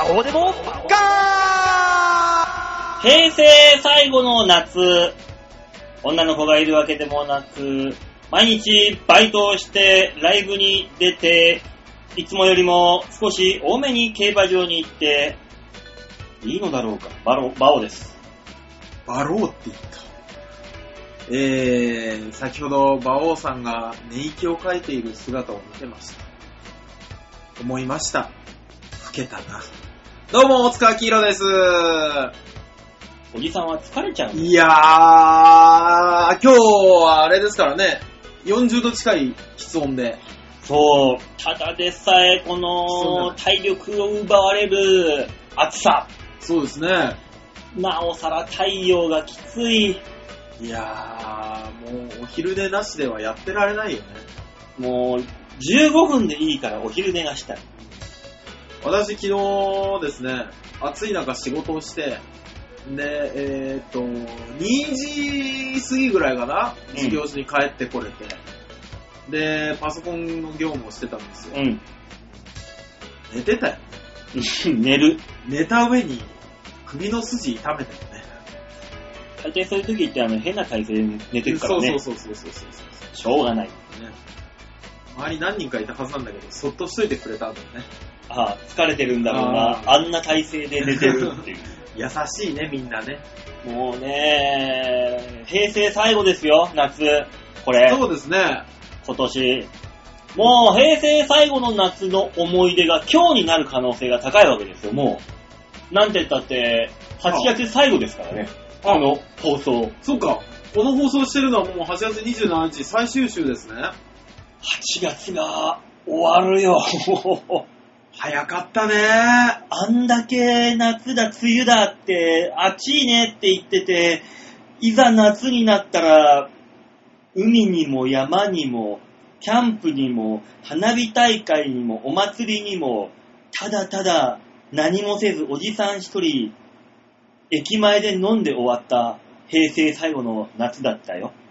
こうでもガー。 平成最後の夏、女の子がいるわけでもなく、毎日バイトをしてライブに出て、いつもよりも少し多めに競馬場に行って、いいのだろうか。馬王です。 馬王って言った。先ほど馬王さんが寝息をかいている姿を見てました。思いました。老けたな。どうも、大塚明宏です。 おじさんは疲れちゃう。 いやー、今日はあれですからね、40度近い室温で。 そう、ただでさえこの体力を奪われる暑さ。 そうですね。 なおさら太陽がきつい。 いやー、もうお昼寝なしではやってられないよね。 もう15分でいいからお昼寝がしたい。 私昨日ですね、暑い中仕事をして、で、2時過ぎぐらいかな、授業室に帰ってこれて、で、パソコンの業務をしてたんですよ。寝てたよ。 寝る。 寝た上に首の筋痛めたよね。 大体そういう時って変な体勢で寝てるからね。 そう。 しょうがない。ね、 周り何人かいたはずなんだけど、そっとしといてくれたんだよね。 ああ、疲れてるんだろうな。あんな体勢で寝てるっていう。 優しいね、みんなね。 もうね、平成最後ですよ、夏。これ。 そうですね。 今年。もう平成最後の夏の思い出が今日になる可能性が高いわけですよ、もう。なんて言ったって、8月最後ですからね。この放送。 そっか。この放送してるのはもう8月27日最終週ですね。 8月が終わるよ。 早かったね。 あんだけ夏だ、梅雨だって、暑いねって言ってて、いざ夏になったら、海にも山にも、キャンプにも、花火大会にも、お祭りにも、ただただ何もせずおじさん一人、駅前で飲んで終わった平成最後の夏だったよ。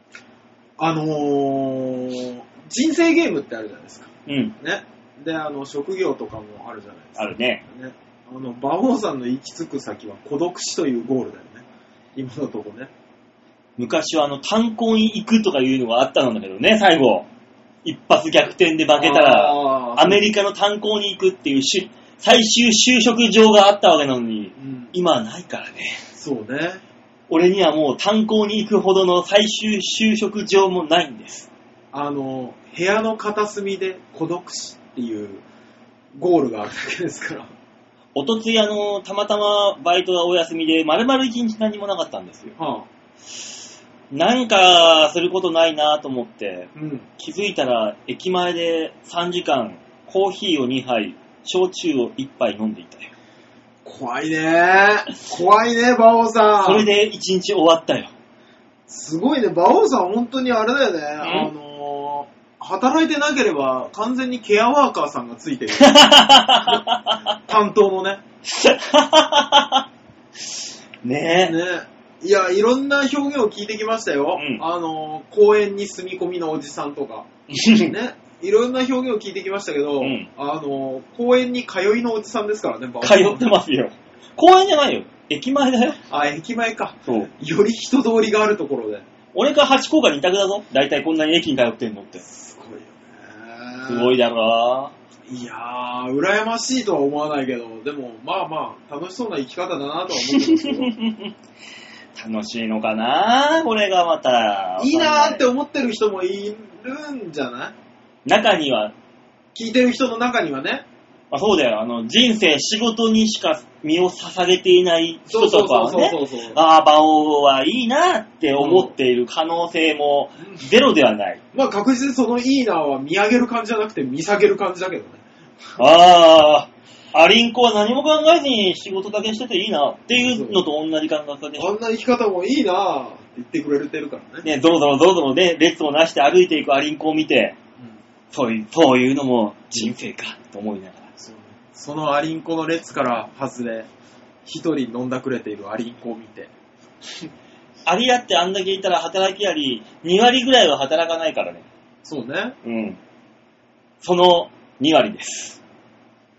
人生ゲームってあるじゃないですか。 うん。 ね。で、職業とかもあるじゃないですか。 あるね。 馬王さんの行き着く先は孤独死というゴールだよね。今のとこね。 昔は炭鉱に行くとかいうのがあったんだけどね、最後。一発逆転で負けたら、アメリカの炭鉱に行くっていう最終就職場があったわけなのに、今はないからね。 そうね。 俺にはもう炭鉱に行くほどの最終就職場もないんです。 部屋の片隅で孤独死っていうゴールがあるだけですから。 おとついたまたまバイトがお休みで、丸々一日何もなかったんですよ。なんかすることないなと思って、気づいたら駅前で3時間コーヒーを2杯、焼酎を1杯飲んでいたよ。 怖いね。怖いね、馬王さん。 それで1日終わったよ。 すごいね、馬王さん本当にあれだよね。働いてなければ完全にケアワーカーさんがついてる。担当のね。 ねえ。 ねいや、いろんな表現を聞いてきましたよ。公園に住み込みのおじさんとか。ね。いろんな表現を聞いてきましたけど、公園に通いのおじさんですからね、 通ってますよ。公園じゃないよ。駅前だよ。 あ、駅前か。 そう。 より人通りがあるところで。 俺か八甲賀二択だぞ。だいたいこんなに駅に通ってんのって。 すごいよね。 すごいだろいやー、羨ましいとは思わないけど、でも、まあまあ、楽しそうな生き方だなとは思ってますけど。 楽しいのかなこれがまた。 いいなーって思ってる人もいるんじゃない？ 中には。 聞いてる人の中にはね。 あ、そうだよ。人生、仕事にしか身を捧げていない人とかはね、馬王はいいなって思っている可能性もゼロではない。 まあ確実にそのいいなは見上げる感じじゃなくて見下げる感じだけどね。 アリンコは何も考えずに仕事だけしてていいなっていうのと同じ感覚でしょ。 あんな生き方もいいなって言ってくれてるからね。 ね、どろどろね、列をなして歩いていくアリンコを見て、そういうのも人生かと思いながら。 そのアリンコの列から外れ、一人飲んだくれているアリンコを見て。 アリだってあんだけいたら働きアリ、2割ぐらいは働かないからね。 そうね。 その2割です。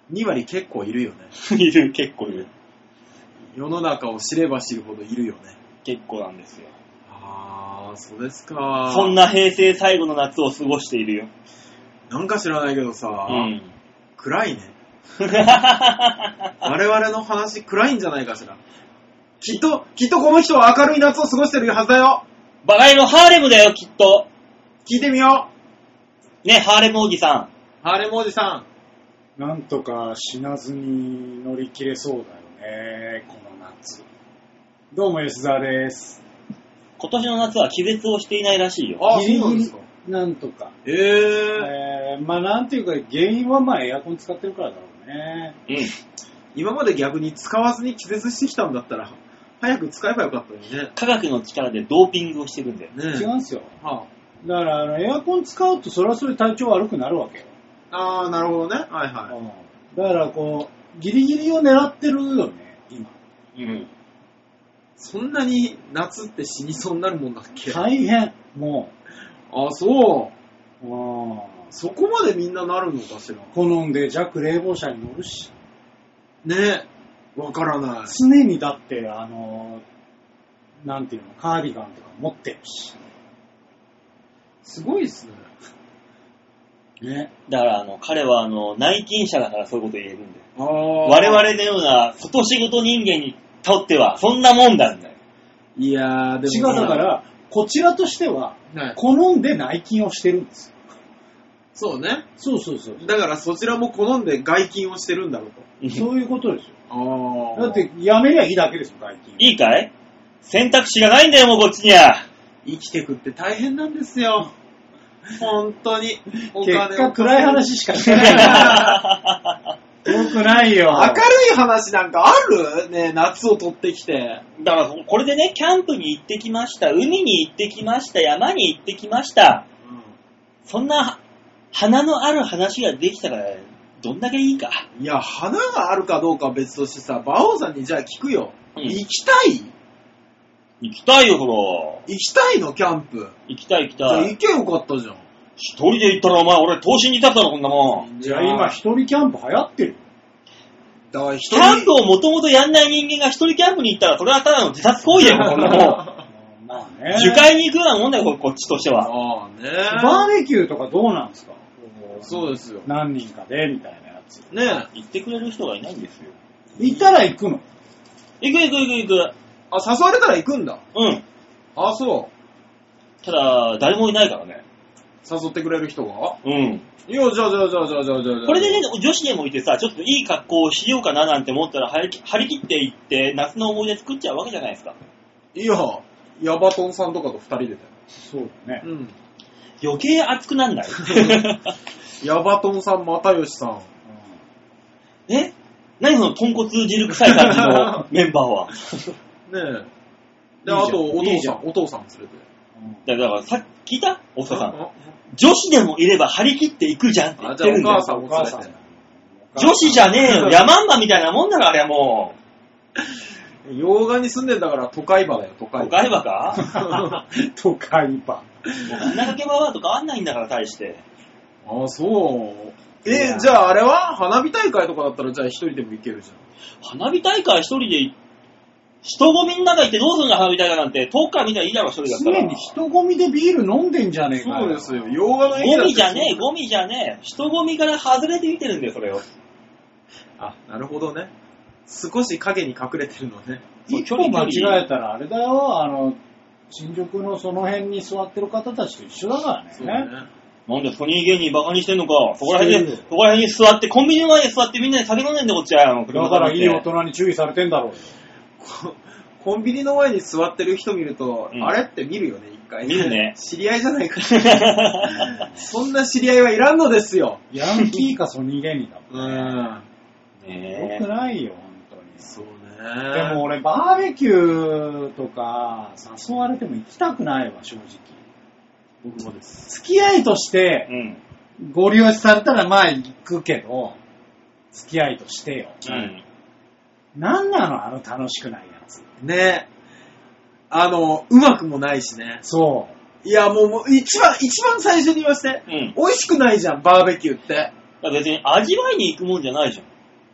2割結構いるよね。 いる、結構いる。 世の中を知れば知るほどいるよね。 結構なんですよ。 あー、そうですか。 そんな平成最後の夏を過ごしているよ。 なんか知らないけどさ、暗いね。 我我々の話暗いんじゃないかしら。きっとこの人は明るい夏を過ごしてるはずだよ。 バカ野郎ハーレムだよ、きっと。 聞いてみよね、ハーレムおじさう。ハーレムおじさん。なんとか死なずに乗り切れそうだよね、この夏。どうも吉沢です。 ん。今年の夏は気絶をしていないらしいよ。 あ、 ギリギリそうなんですか。 なんとか。 ままあなんていうか原因はまあエアコン使ってるからだろうね。 うん。 今まで逆に使わずに気絶してきたんだったら、早く使えばよかったのにね。 科学の力でドーピングをしてるんだよ。 ね違うんですよ。 はだからエアコン使うとそれはそれ体調悪くなるわけよ。 あー、なるほどね。はいはい。 だからこう、ギリギリを狙ってるよね、今。 うん。 そんなに夏って死にそうになるもんだっけ？ 大変、もあ、そう。 う。 そこまでみんななるのかしら。 好んで弱冷房車に乗るし。 ね、わからない。 常にだって、なんていうの、カーディガンとか持ってるし。 すごいっすね。 ね。 だから彼は内勤者だからそういうこと言えるんだよ。 あー。 我々のような外仕事人間にとってはそんなもんなんだよ。 いやー、で違もう、だから、こちらとしては、 はい、 好んで内勤をしてるんですよ。 そうね。 そうそうそう。 だからそちらも好んで外勤をしてるんだろうと。 そういうことですよ。 あー。 だって、辞めりゃいいだけですよ、外勤。 いいかい？選択肢がないんだよ、もうこっちには。 生きてくって大変なんですよ。本当に。お結金を果、暗い話しかしてないから。よくないよ。 明るい話なんかあるね、夏を取ってきて。 だからこれでね、キャンプに行ってきました、海に行ってきました、山に行ってきました。そんな花のある話ができたらどんだけいいか。 いや、花があるかどうかは別としてさ、馬王さんにじゃあ聞くよ。 うん行きたい？ 行きたいよ、そら。 行きたいの、キャンプ。 行きたい行きじゃあたい。 行けよかったじゃん。 一人で行ったらお前俺投資に立ったのこんなもん。 いや、今一人キャンプ流行ってるよ。 だから一キャンプをもともとやんない人間が一人キャンプに行ったらそれはただの自殺行為だよ、こんなもん。 まあね。 樹海に行くようなもんだよ、こっちとしては。 ああね。 バーベキューとかどうなんですか？ そうですよ。 何人かで、みたいなやつ。 ね行ってくれる人がいないんですよ。 行ったら行くの？ 行く行く行く行く。 あ、誘われたら行くんだ。 うん。 あ、そただ、誰もいないからね。 う。誘ってくれる人がうん。 いや、じゃあ。 これでね、女子でもいてさ、ちょっといい格好をしようかななんて思ったら張り切っていって夏の思い出作っちゃうわけじゃないですか。 いや、ヤバトンさんとかと二人でだよ。 そうだね。 うん。 余計熱くなんない。 ヤバトンさん、又吉さん。 え？何その豚骨汁臭い感じのメンバーは。 ねえ。で、 いいじゃんあと、おいいじゃん父さん、お父さん連れて。 だからさっき聞いた大塚さん。 あ女子でもいれば張り切っていくじゃんって言あ、 ってるんだよ。 じゃあお母さんも連れて。 女子じゃねえよ。ヤマンバみたいなもんだから、あれはも洋画に住んでんだから都会馬だよ、都う。 会都会馬か都会馬。 花かけババアと変わんないんだから、大して。 あ、そう。 いやじゃああれは花火大会とかだったらじゃあ一人でも行けるじ花火大会一人で、人混みの中行ってどうするんだ、花火大会なんて。遠くから見たらいいだろ、一人だったら。 常に人混みでビール飲んでんじゃねえゃん。 かそうですよ。洋画の駅だってゴミじゃねえ、ゴミじゃねえ。人混みから外れて見てるんだよ、それを。 あ、なるほどね。少し影に隠れてるのね。 一歩間違えたらあれだよ、新宿のその辺に座ってる方たちと一緒だからね。 そうね。 なんでソニー芸人バカにしてんのか。そこら辺で、 してるよそこら辺に座って、コンビニの前に座ってみんなで酒飲んでんだよ、こっちは。 だからいい大人に注意されてんだろうよ。 コンビニの前に座ってる人見ると、 うんあれって見るよね、一回。 見るね知り合いじゃないか。そんな知り合いはいらんのですよ。 ヤンキーかソニー芸人だもん。 うん。 ねよくないよ、本当に。 そうでね。 も俺バーベキューとか誘われても行きたくないわ、正直。 僕もです。 付き合いとしてうん。 ご利用しされたらまあ行くけど、付き合いとしてよ。 うん。 なんなのあの楽しくないやつ。 ね。うまくもないしね。 そいや、もう一番最初に言わせて。 うん。 美味しくないじゃん、バーベキューって。 だから別に味わいに行くもんじゃないじゃん。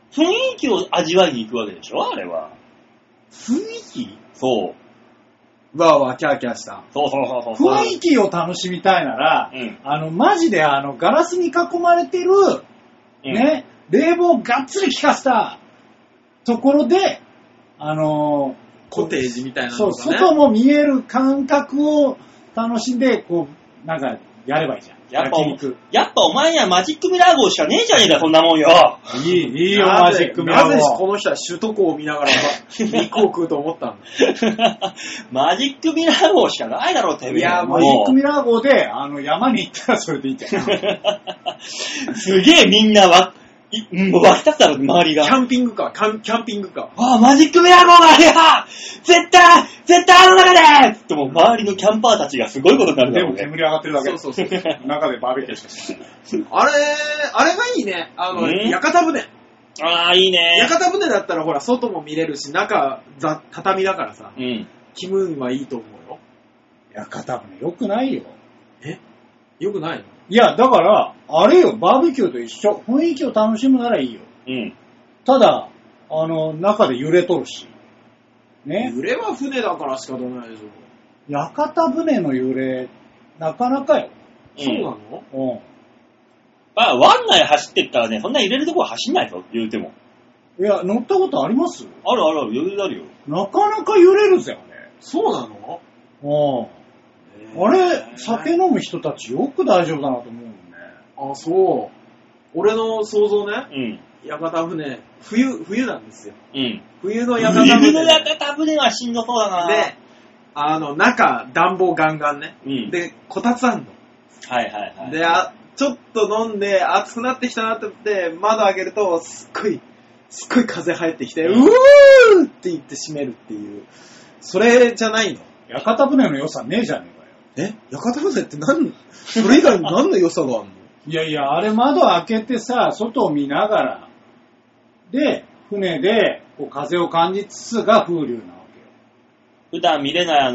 雰囲気を味わいに行くわけでしょあれは。 雰囲気そう。 わーわーキャーキャーした。 そう。 雰囲気を楽しみたいなら、マジでガラスに囲まれてる、ね、冷房がっつり効かせたところで、 コテージみたいなのそう、 とかね。 外も見える感覚を楽しんで、こう、なんか、やればいいじゃん。 やっぱお前にはマジックミラー号しかねえじゃねえか、そんなもんよ。 いいよ、マジックミラー号。 なぜこの人は首都高を見ながら肉を食うと思ったんだ。 マジックミラー号しかないだろ、てめえ。 いや、マジックミラー号で、山に行ったらそれでいいんじゃないすげえみんなもう湧き立つだろ、周りが。 キャンピングカー。 ああ、マジックミラー号があるよ絶対あの中でってもう周りのキャンパーたちがすごいことになるんだろうね。 でも煙上がってるだけ。 そう。 中でバーベキューしかしない。 あれがいいね。屋形船。 ああ、いいね。 屋形船だったらほら、外も見れるし、中、畳だからさ、気分はいいと思うよ。 屋形船良くないよ。 よくないの？ いや、だから、あれよ、バーベキューと一緒。雰囲気を楽しむならいいよ。ただ、中で揺れとるし。ね。 揺れは船だから仕方ないでしょ。 屋形船の揺れ、なかなかよ。 そうなの？ 湾内走ってったらね、そんな揺れるとこは走んないぞ、言うても。 いや、乗ったことあります？ ある、余裕あるよ。 なかなか揺れるぜ、あれ。 そうなの？ あれ、酒飲む人たちよく大丈夫だなと思うもんね。 あ、そう。俺の想像ね、屋形船、冬なんですよ。冬の屋形船。 冬の屋形船はしんどそうだな。 で、中、暖房ガンガンね。で、こたつあんの。 はい。 で、ちょっと飲んで、暑くなってきたなって思って、窓開けると、すっごい風入ってきて、うーって言って閉めるっていう。それじゃないの？ 屋形船の良さねえじゃねえかよ。 屋形船ってそれ以外に何の良さがあるの？ いや、あれ窓開けてさ、外を見ながら、で、船でこう風を感じつつが風流なわけよ。 普段見れない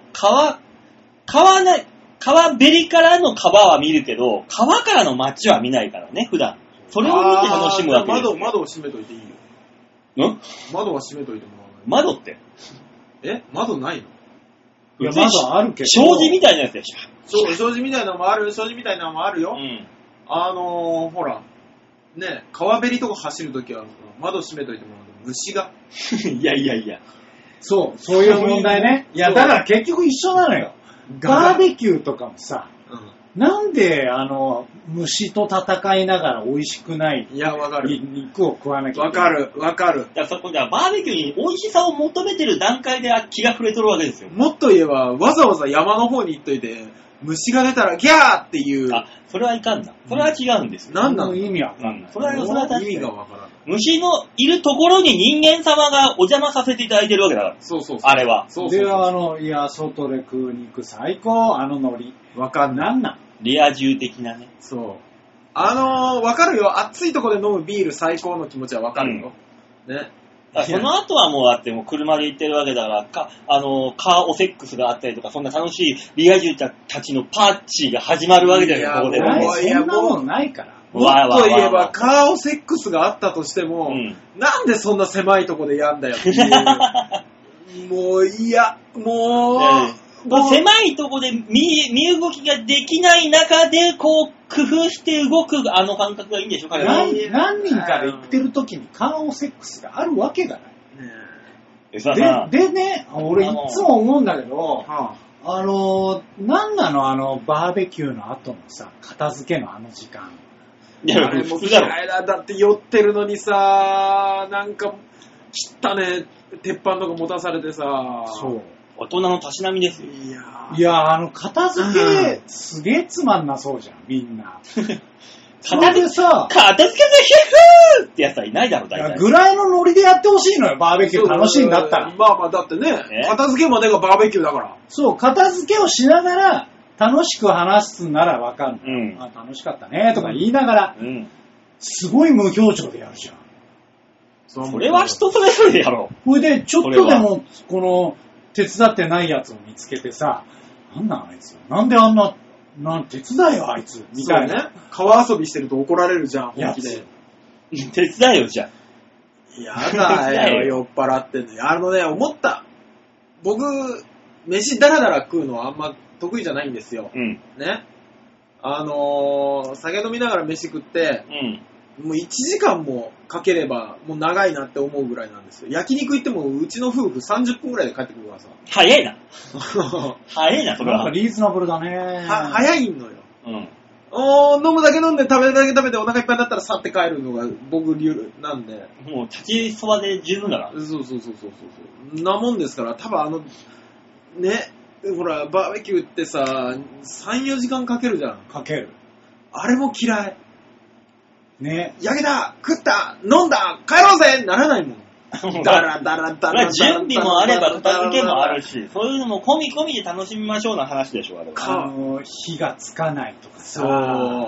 川べりからの川は見るけど、川からの街は見ないからね、普段。それを見て楽しむわけです。 窓を閉めといていいよ。窓は閉めといてもらわない。 窓って？ 窓ないの？ いや、窓あるけど。 障子みたいなやつでしょ。 そう、障子みたいなのもあるよ。ほら、ね、川べりとか走るときは窓閉めといてもらうと虫が。 いや。 そういう問題ね。いや、だから結局一緒なのよ。バーベキューとかもさ、なんで虫と戦いながら美味しくないわかる。 肉を食わなきゃいけない。 わかる。 いや、そこではバーベキューに美味しさを求めてる段階で気が触れとるわけですよ。 もっと言えば、わざわざ山の方に行っといて、虫が出たらギャーっていう。 あ、それはいかんな。それは違うんですよ。 何なの意味わかんない。 それは確かに。 意味がわからない。 虫のいるところに人間様がお邪魔させていただいてるわけだから。 そう。 あれは。 で、いや、外で食う肉最高、海苔。 わかんない。 なんなん？ リア充的なね。 そう。わかるよ。暑いとこで飲むビール最高の気持ちはわかるよ。ね。 その後はもうだってもう車で行ってるわけだからカーオセックスがあったりとか、そんな楽しいリア充たちのパーティーが始まるわけだよ、ここで。 そんなものないから。 もっと言えば、カーオセックスがあったとしても、なんでそんな狭いとこでやんだよっていう。もう、 狭いとこで身動きができない中で、こう、工夫して動くあの感覚がいいんでしょ、彼は。 何人かで行ってる時にカーオセックスがあるわけがない。でね、俺いつも思うんだけど、何なのバーベキューの後のさ、片付けの時間。 いや、あれも嫌いだ。だって酔ってるのにさ、なんか、汚ね、鉄板とか持たされてさ。 そう。 大人のたしなみですよ。 いや、片付け、すげえつまんなそうじゃん、みんな。 片付けぜ、ヒューってやつはいないだろ、大体。 ぐらいのノリでやってほしいのよ、バーベキュー楽しいんだったら。 まあ、だってね、片付けまでがバーベキューだから。 そう、片付けをしながら、楽しく話すならわかんない。楽しかったね、とか言いながら、すごい無表情でやるじゃん。 それは人それぞれでやろう。 これで、ちょっとでも、手伝ってないやつを見つけてさ、なんなんあいつ。なんであんな、手伝えよあいつ。みたいな。 川遊びしてると怒られるじゃん、本気で。 手伝えよ、じゃあ。 やだよ、酔っ払ってんの。思った。僕、飯ダラダラ食うのはあんま得意じゃないんですよ。ね。酒飲みながら飯食って、もう1時間もかければもう長いなって思うぐらいなんですよ。焼肉行ってもうちの夫婦30分ぐらいで帰ってくるからさ。 早いな。早いな、それは。 なんかリーズナブルだね。 早いのよ。飲むだけ飲んで食べるだけ食べてお腹いっぱいだったら去って帰るのが僕流なんで。 もう立ちそばで十分だな。 そう。なもんですから、多分ほら、バーベキューってさ、3、4時間かけるじゃん。 かける。 あれも嫌い。 ね。 焼けた食った飲んだ帰ろうぜならないもん。だら。 準備もあれば片付けもあるし、そういうのも込み込みで楽しみましょうな話でしょ、あれは。 火がつかないとかさ。 そう。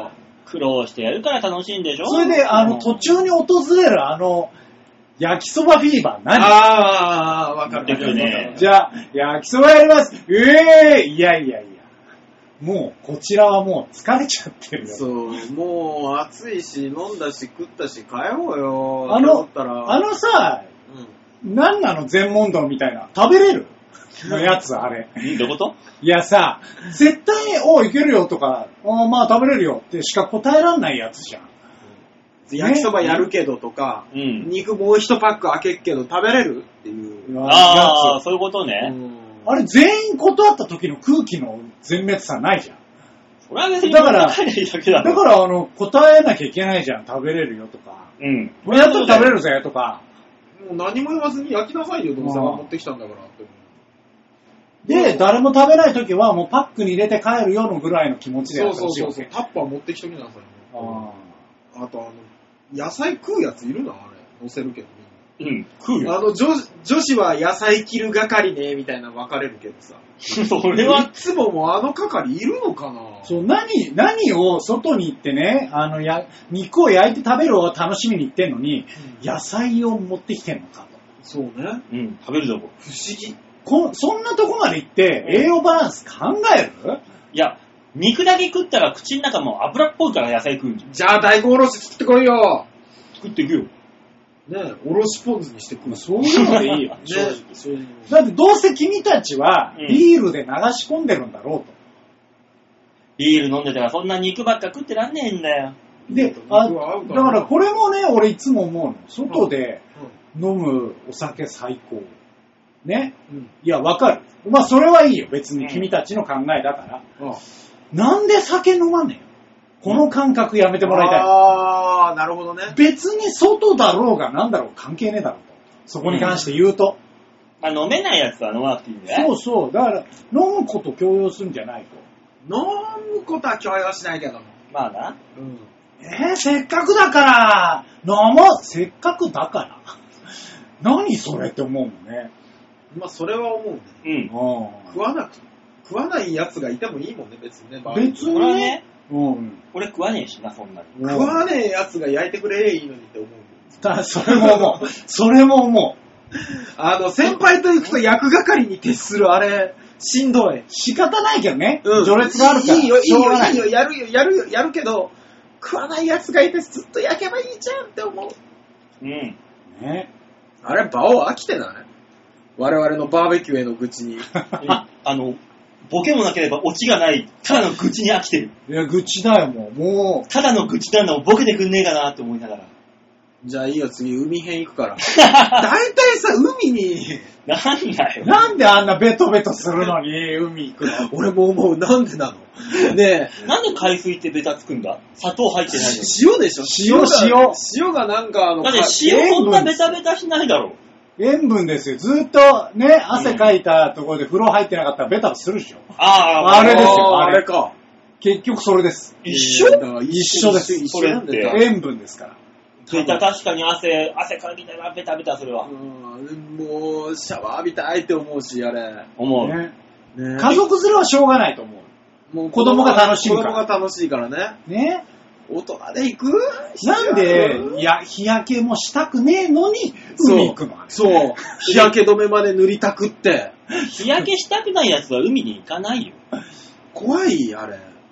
苦労してやるから楽しいんでしょ。 それで、途中に訪れる焼きそばフィーバー何？ わかるね。 じゃあ、焼きそばやります。いや。もう、こちらはもう疲れちゃってるよ。 そう、もう暑いし、飲んだし、食ったし、帰ろうよ。 さ、何なの全問答みたいな。食べれるのやつ、あれ。 どういうこと？ いやさ、絶対に、いけるよとか、まあ食べれるよってしか答えらんないやつじゃん。 焼きそばやるけどとか、肉もう一パック開けっけど食べれるっていうやつ。そういうことね。 あれ全員断った時の空気の全滅さないじゃん。 それは別に答えないだけだろ。 だから答えなきゃいけないじゃん。食べれるよとか。やっと食べれるぜとか。 もう何も言わずに焼きなさいよ、どうせ持ってきたんだからって。 で、誰も食べない時はもうパックに入れて帰るよのぐらいの気持ちでやってほしい。 そう。タッパー持ってきときなさいよ。あと野菜食うやついるな、あれ。乗せるけど食うよ。 女子は野菜切る係ね、みたいなの分かれるけどさ。 それはいつもも係いるのかな？ そう、何を外に行ってね、肉を焼いて食べるを楽しみに行ってんのに、野菜を持ってきてんのかと。 そうね。 食べるぞ、 不思議。 そんなとこまで行って、栄養バランス考える？ いや、肉だけ食ったら口の中も油っぽいから野菜食うんじゃん。 じゃあ大根おろし作ってこいよ。 作っていくよ。 ねえ、おろしポン酢にしてくる。 そういうのでいいよ。正直。だってどうせ君たちはビールで流し込んでるんだろうと。 ビール飲んでたらそんな肉ばっか食ってらんねえんだよ。 で、だからこれもね、俺いつも思うの。外で飲むお酒最高。ね。いや、わかる。まあそれはいいよ。別に君たちの考えだから。なんで酒飲まねえよ。この感覚やめてもらいたい。 ああ、なるほどね。 別に外だろうがなんだろう関係ねえだろうと。そこに関して言うと。 飲めないやつは飲まなくていいんだよ。 そう。だから飲むこと強要するんじゃないと。 飲むことは強要しないけども。 まあな。 せっかくだから飲もう。せっかくだから。何それって思うもんね。 まあそれは思うね。食わないやつがいてもいいもんね、別にね。 別にね。 俺食わねえしな、そんなに。 食わねえやつが焼いてくれいいのにって思う。 それも思う。それも思う。先輩と行くと役係に徹するあれ、しんどい。 仕方ないけどね。序列があるから。 いいよ、やるけど、食わないやつがいてずっと焼けばいいじゃんって思う。 ね。 あれ、場を飽きてない？我々のバーベキューへの愚痴に。 ボケもなければオチがない、ただの愚痴に飽きてる。 いや、愚痴だよ、もう。 ただの愚痴なのをボケてくんねえかなって思いながら。 じゃあいいよ、次、海編行くから。大体さ、海に。 なんだよ。 なんであんなベトベトするのに海行くの？ 俺も思う、なんでなの？ねえ。なんで海水ってベタつくんだ？砂糖入ってないの？ 塩でしょ？塩がなんかだって塩そんなベタベタしないだろ。 塩分ですよ。ずっとね、汗かいたところで風呂入ってなかったらベタベタするでしょ。あれですよ。あれか。結局それです。 一緒です。 それって塩分ですから。 ベタ、確かに汗かきたらベタベタするわ。 もうシャワー浴びたいって思うし、あれ。 思う。 ね。家族連れはしょうがないと思う。もう子供が楽しいから。 子供が楽しいからね。 ね。 大人で行く？ なんで、日焼けもしたくねえのに、海行くの？ そう。日焼け止めまで塗りたくって。 日焼けしたくないやつは海に行かないよ。 怖い、あれ。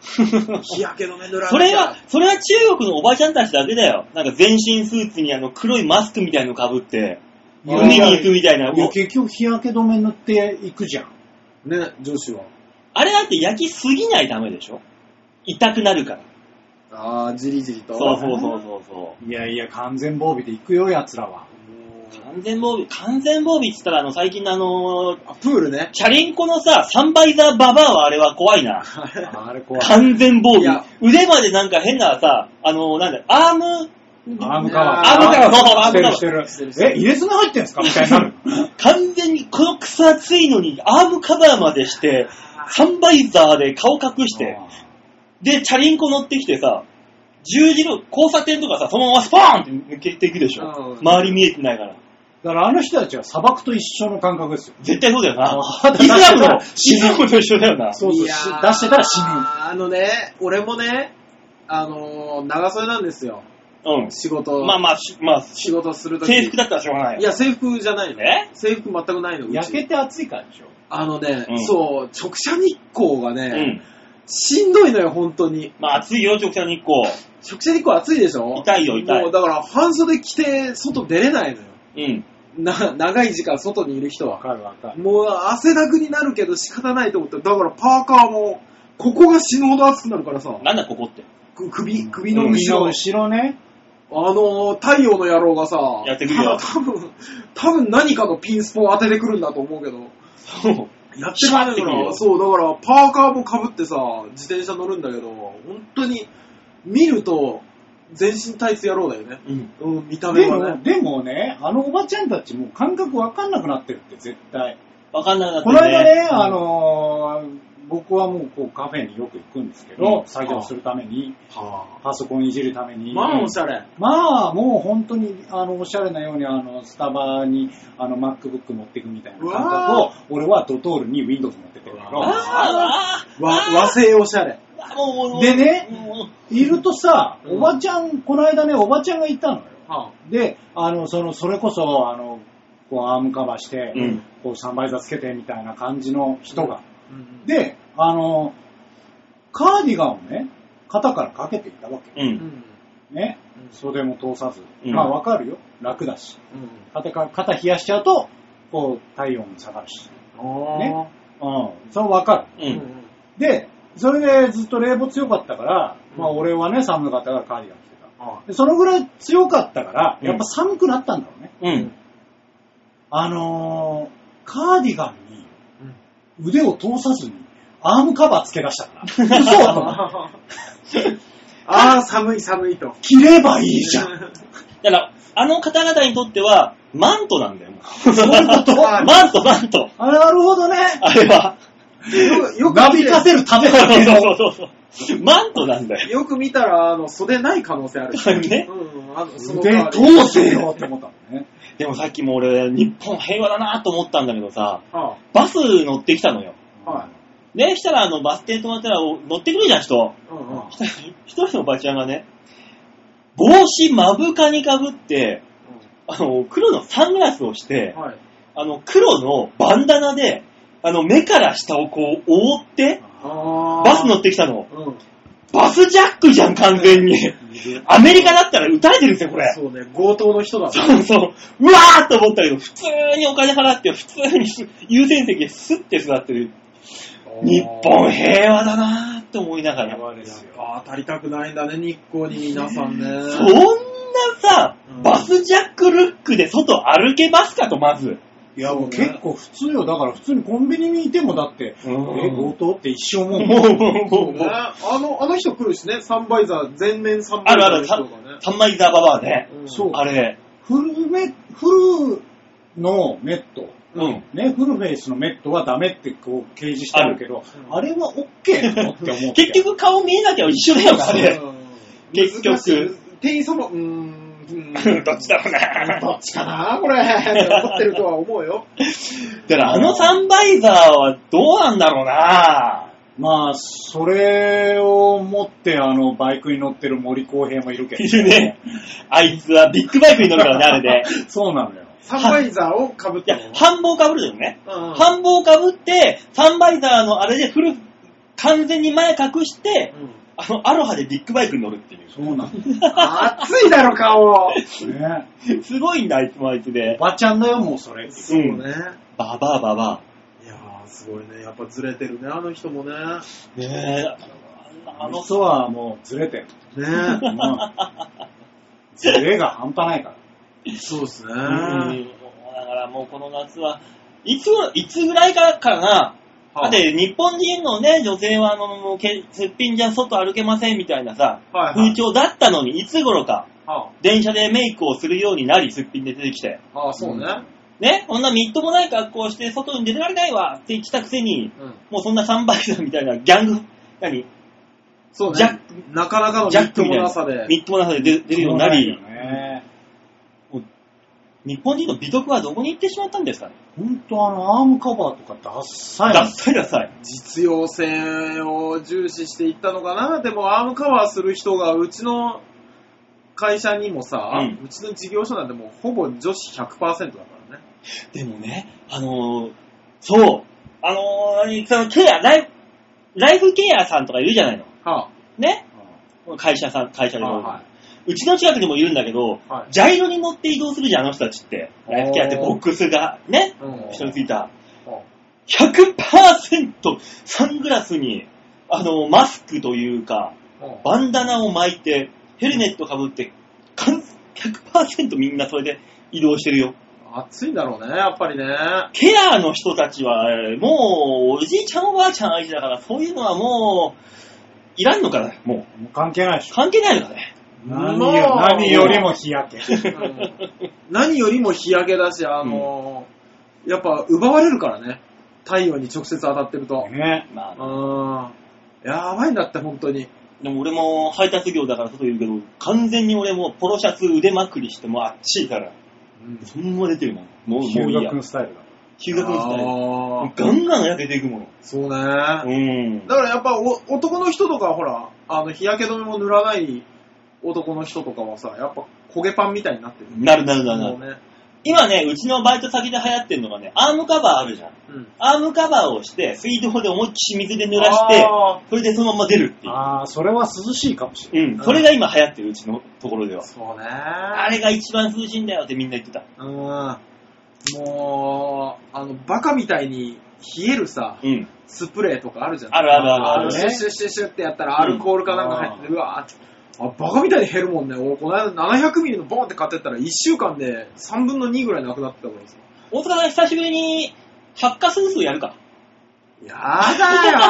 日焼け止め塗らなきゃ。 それは中国のおばちゃんたちだけだよ。なんか全身スーツに黒いマスクみたいの被って、海に行くみたいな。 いや、結局日焼け止め塗っていくじゃん。 ね、女子は。 あれだって焼きすぎないためでしょ？痛くなるから。 ああ、じりじりと。 そう。 いやいや、完全防備で行くよ、奴らは。 完全防備って言ったら最近のプールね。 チャリンコのさ、サンバイザーババアはあれは怖いな。 あれ怖い。 完全防備。腕までなんか変なさ、アームカバー。 してる。入れ墨入ってんすかみたいになる。 完全にこの草厚いのにアームカバーまでして、サンバイザーで顔隠して、で、チャリンコ乗ってきてさ、十字路、交差点とかさ、そのままスポーンって抜けていくでしょ。周り見えてないから。 だからあの人たちは砂漠と一緒の感覚ですよ。 絶対そうだよな。イスラムと一緒だよな。 そう、出してたら死ぬ。 俺もね、長袖なんですよ。 うん。 仕事。 まあ、 仕事するとき。 制服だったらしょうがないよ。 いや、制服じゃないの。制服全くないの。 焼けて暑いからでしょ。 そう、直射日光がね、しんどいのよ、本当に。 まあ、暑いよ、直射日光。 直射日光暑いでしょ？ 痛いよ。 もう、だから、半袖着て、外出れないのよ。 うん。 長い時間外にいる人は。 わかる。 もう、汗だくになるけど仕方ないと思って。だから、パーカーも、ここが死ぬほど暑くなるからさ。 なんだ、ここって。 首の後ろね。太陽の野郎がさ、 やってくるよ。 多分何かのピンスポを当ててくるんだと思うけど。 そう。 やってくるから、そう、だから、パーカーも被ってさ、自転車乗るんだけど、本当に、見ると、全身タイツ野郎だよね。うん、見た目はね。 でもね、おばちゃんたちも感覚わかんなくなってるって、絶対。 わかんなくなってるね。この間ね、僕はもうこうカフェによく行くんですけど、作業するために、パソコンいじるために。 まあおしゃれ。 まあもう本当におしゃれなようにスタバにMacBook 持っていくみたいな感覚を、俺はドトールに Windows 持ってってるから。 和製おしゃれ。 でね、いるとさ、おばちゃん、この間ね、おばちゃんがいたのよ。で、それこそ、こうアームカバーして、こうサンバイザーつけてみたいな感じの人が。で、カーディガンをね、肩からかけていったわけ。ね、袖も通さず。まあわかるよ。楽だし。肩冷やしちゃうと、こう体温も下がるし。ね。それわかる。で、それでずっと冷房強かったから、まあ俺はね、寒かったからカーディガン着てた。でそのぐらい強かったから、やっぱ寒くなったんだろうね。カーディガンに腕を通さずにアームカバーつけ出したから。 嘘寒いと。 着ればいいじゃん。 だから、方々にとっては、マントなんだよ。 そういうことマント。 なるほどね。 あれは。 よくなびかせるためだけど。 そう。マントなんだよ。 よく見たら、袖ない可能性ある。 ね。 腕通せよって思ったのね。 でもさっきも俺、日本平和だなと思ったんだけどさ、バス乗ってきたのよ。ね、したらバス停止まったら乗ってくるじゃん、人。一人のおばちゃんがね、帽子目深にかぶって、黒のサングラスをして、黒のバンダナで、目から下をこう覆って、バス乗ってきたの。バスジャックじゃん、完全に。アメリカだったら撃たれてるんですよ、これ。 そうね、強盗の人だね。 そう。うわーって思ったけど、普通にお金払って、普通に優先席でスッて座ってる。日本平和だなーって思いながら。 当たりたくないんだね、日光に皆さんね。 そんなさ、バスジャックルックで外歩けますかと、まず。 いや、もう結構普通よ。だから普通にコンビニにいてもだって、強盗って一生もう。 そうね。あの人来るしね、サンバイザー、全面サンバイザーの人がね。 サンバイザーババアね。 そう。 あれ。 フルのメット。ね、フルフェイスのメットはダメってこう掲示してるけど、あれは OK なのって思って。 結局顔見えなきゃ一緒だよな、あれ。結局。 店員様、 どっちだろうな。 どっちかなこれ。思ってるとは思うよ。 だからサンバイザーはどうなんだろうな。 まあ、それを持ってバイクに乗ってる森公平もいるけど。 いるね。あいつはビッグバイクに乗るからね、あれで。 そうなのよ。 サンバイザーを被って。 いや、半帽被るよね。半帽被って、サンバイザーのあれでフル完全に前隠して、アロハでビッグバイクに乗るっていう。 そうなんだ。熱いだろ、顔。 ね、すごいんだ、あいつもあいつで。 おばちゃんだよ、もうそれ。 そうね。 ババアババア。 いやー、すごいね。やっぱずれてるね、あの人もね。 ねえ。あの人はもうずれてる。ねえ。ずれが半端ないから。 そうですね。だからもうこの夏はいつぐらいからな。だって日本人のね、女性はすっぴんじゃ外歩けませんみたいなさ、風潮だったのに、いつ頃か、電車でメイクをするようになり、すっぴんで出てきて。 ああ、そうね。 ね、こんなみっともない格好をして外に出られないわって言ったくせに、もうそんなサンバイザーみたいなギャング、 そうね。なかなかのみっともなさで。 みっともなさで出るようになり、日本人の美徳はどこに行ってしまったんですかね。 ほんとアームカバーとかダッサい。 ダッサいダッサい。 実用性を重視していったのかな。でもアームカバーする人がうちの会社にもさ、うちの事業所なんてもうほぼ女子 100% だからね。 でもね、そう、そのケア、ライフケアさんとかいるじゃないの。ね、会社でも。うちの近くにもいるんだけど、ジャイロに乗って移動するじゃん、あの人たちって。ライフケアってボックスがね、人についた。100% サングラスに、マスクというか、バンダナを巻いて、ヘルメットかぶって、100% みんなそれで移動してるよ。 暑いんだろうね、やっぱりね。 ケアの人たちは、もう、おじいちゃんおばあちゃん相手だから、そういうのはもう、いらんのかな、もう。 関係ないでしょ。 関係ないのかね。 何よりも日焼け。 何よりも日焼けだし、やっぱ奪われるからね。太陽に直接当たってると。ね。やばいんだって、本当に。 でも俺も配達業だから外いるけど、完全に俺もポロシャツ腕まくりしてもあっちいから。そんな出てるもん。もういいや。 修学のスタイルだ。 修学のスタイル。ガンガン焼けていくもの。 そうね。だからやっぱ男の人とかほら、日焼け止めも塗らない男の人とかはさ、やっぱ焦げパンみたいになってる。 なる。今ね、うちのバイト先で流行ってるのがね、アームカバーあるじゃん。アームカバーをして、水道で思いっきり水で濡らして、それでそのまま出るっていう。 それは涼しいかもしれない。 それが今流行ってる、うちのところでは。 そうね。 あれが一番涼しいんだよってみんな言ってた。 もう、バカみたいに冷えるさ、スプレーとかあるじゃん。 ある。 シュッシュッシュッシュッってやったらアルコールかなんか入ってて、うわーって。バカみたいに減るもんね。俺、この間700ミリのボンって買ってったら1週間で3分の2ぐらいなくなってたからさ。 大塚さん久しぶりに発火スースーやるか。 やだよ、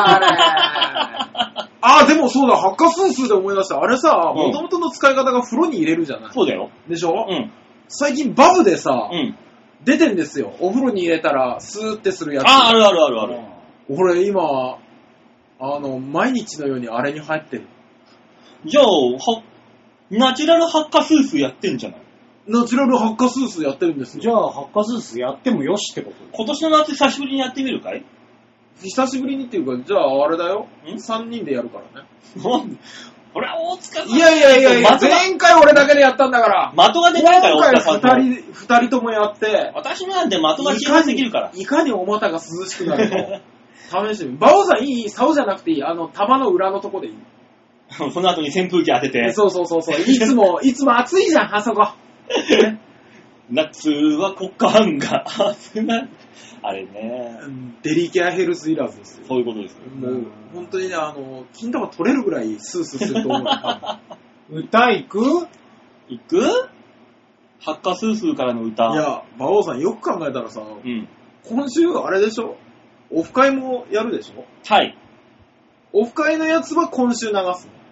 あれ。でもそうだ、発火スースーで思い出した。あれさ、もともとの使い方が風呂に入れるじゃない。 そうだよ。 でしょ。最近バブでさ、出てんですよ。お風呂に入れたらスーってするやつ。 ある。 俺今、毎日のようにあれに入ってる。 じゃあ、ナチュラル発火スースーやってんじゃない？ ナチュラル発火スースーやってるんですよ。 じゃあ、発火スースーやってもよしってこと？ 今年の夏久しぶりにやってみるかい？ 久しぶりにっていうか、じゃああれだよ。3人でやるからね。 俺は大塚さん。 いや、前回俺だけでやったんだから。 的がでかいから、大塚さん。 2人ともやって。 私なんて的が小さすぎるから。 いかにお股が涼しくなると。試してみる。バオさんいい？竿じゃなくていい。玉の裏のとこでいい。 その後に扇風機当てて。 そう。いつも暑いじゃん、あそこ。 夏は股間が熱くなる。あれね。 デリケアヘルスいらずですよ。 そういうことですよ。 もう、本当にね、金玉取れるぐらいスースーすると思う。 歌行く？ 発火スースーからの歌。 いや、馬王さんよく考えたらさ、今週あれでしょ？オフ会もやるでしょ？ はい。 オフ会のやつは今週流すの？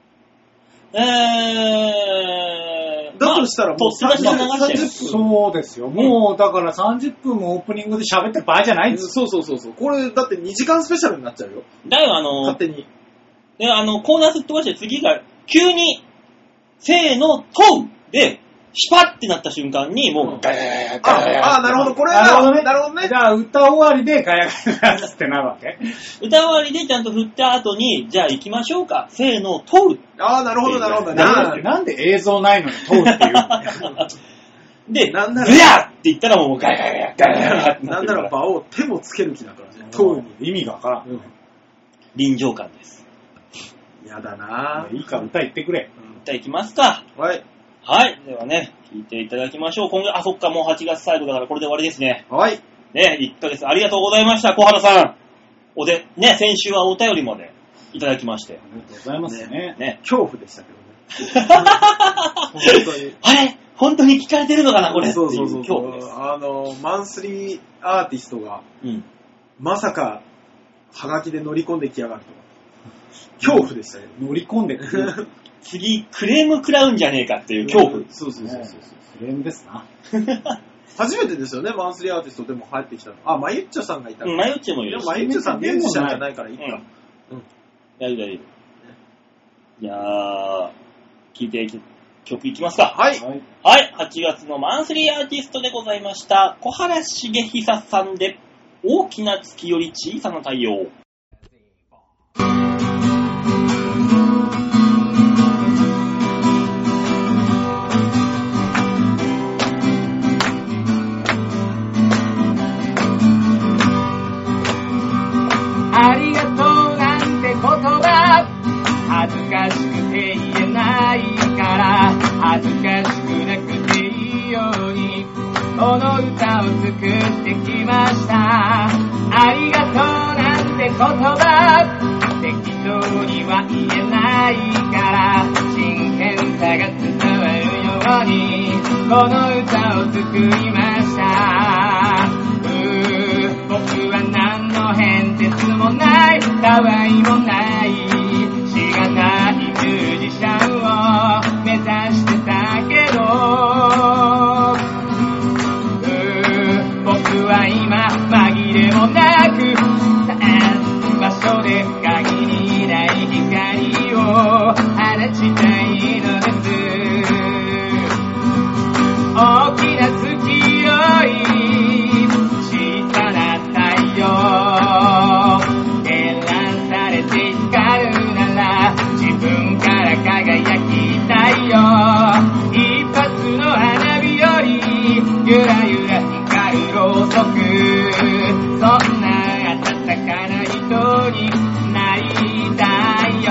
だとしたらもう 30分。 そうですよ。もうだから30分もオープニングで喋ってる場合じゃないんですよ。そう。これだって2時間スペシャルになっちゃうよ。 だよ、 勝手に。 で、コーナーすっ飛ばして次が急に、せーの、問うで、シュパッってなった瞬間に、もう、ガヤガヤガヤ。 なるほど、これなるほどね。 じゃあ、歌終わりでガヤガヤってなるわけ？ 歌終わりでちゃんと振った後に、じゃあ行きましょうか。せーの、問う。 なるほど。 なんで映像ないのに問うっていうの？ で、ズヤって言ったらもうガヤガヤガヤガヤ。 なんなら場を手もつける気だからね。問うに。 意味がわからん。 臨場感です。 やだなぁ。 いいか、歌言ってくれ。 歌いきますか。 はい。 はい。ではね、聞いていただきましょう。今月、そっか、もう8月最後だからこれで終わりですね。 はい。 ね、1ヶ月ありがとうございました、小原さん。ね、先週はお便りまでいただきまして。 ありがとうございますね。 ね、恐怖でしたけどね。 本当に。あれ本当に聞かれてるのかなこれ。 そう。マンスリーアーティストが、まさか、ハガキで乗り込んできやがるとは。恐怖でしたけど。 乗り込んでくる。 次、クレーム食らうんじゃねえかっていう恐怖。 そう。 クレームですな。 初めてですよね、マンスリーアーティストでも入ってきたの。マユッチョさんがいたの。 マユッチョもいるし。 マユッチョさんミュージシャンじゃないからいいか。 大丈夫。じゃあ、聞いて曲いきますか。 はい。 はい、8月のマンスリーアーティストでございました。小原茂久さんで、大きな月より小さな太陽。 ありがとうなんて言葉恥ずかしくて言えないから恥ずかしくなくていいようにこの歌を作ってきましたありがとうなんて言葉適当には言えないから真剣さが伝わるようにこの歌を作りました僕は何の変哲もないたわいもないしがないミュージシャンを目指してたけど僕は今紛れもなく場所で限りない光を放ちたいのです大きな月より小さな太陽照らされて光るなら自分から輝きたいよ一発の花火よりゆらゆら光るろうそくそんな温かな人になりたいよ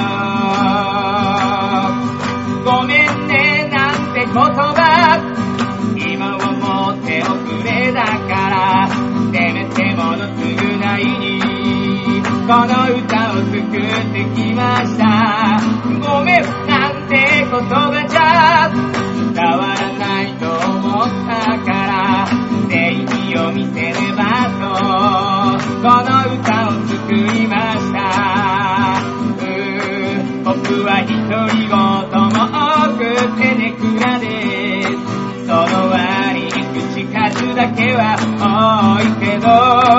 ごめんねなんて言葉今はもう手遅れだからせめてもの償いにこの歌を作ってきましたごめんなんて言葉じゃ伝わらないと思ったから正義を見せればとこの歌を作りました僕は独り言も多くてねくらですその割に口数だけは多いけど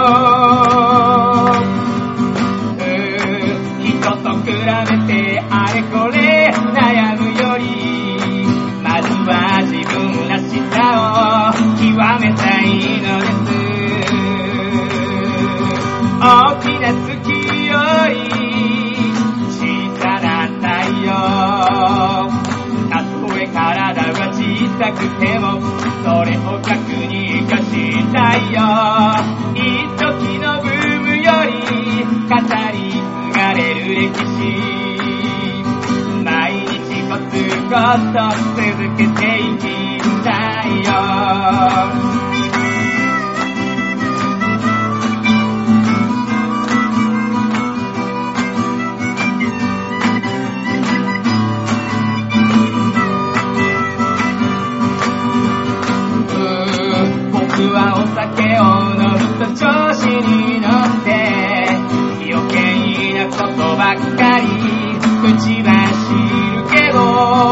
人と比べてあれこれ悩むよりまずは自分らしさを極めたいのです大きな月より小さな太陽たとえ体が小さくてもそれを逆に生かしたいよ一時のブームより語り継がれる歴史毎日コツコツと続けていきたいよ僕はお酒を飲むと調子に乗って余計なことばっかり口は知るけど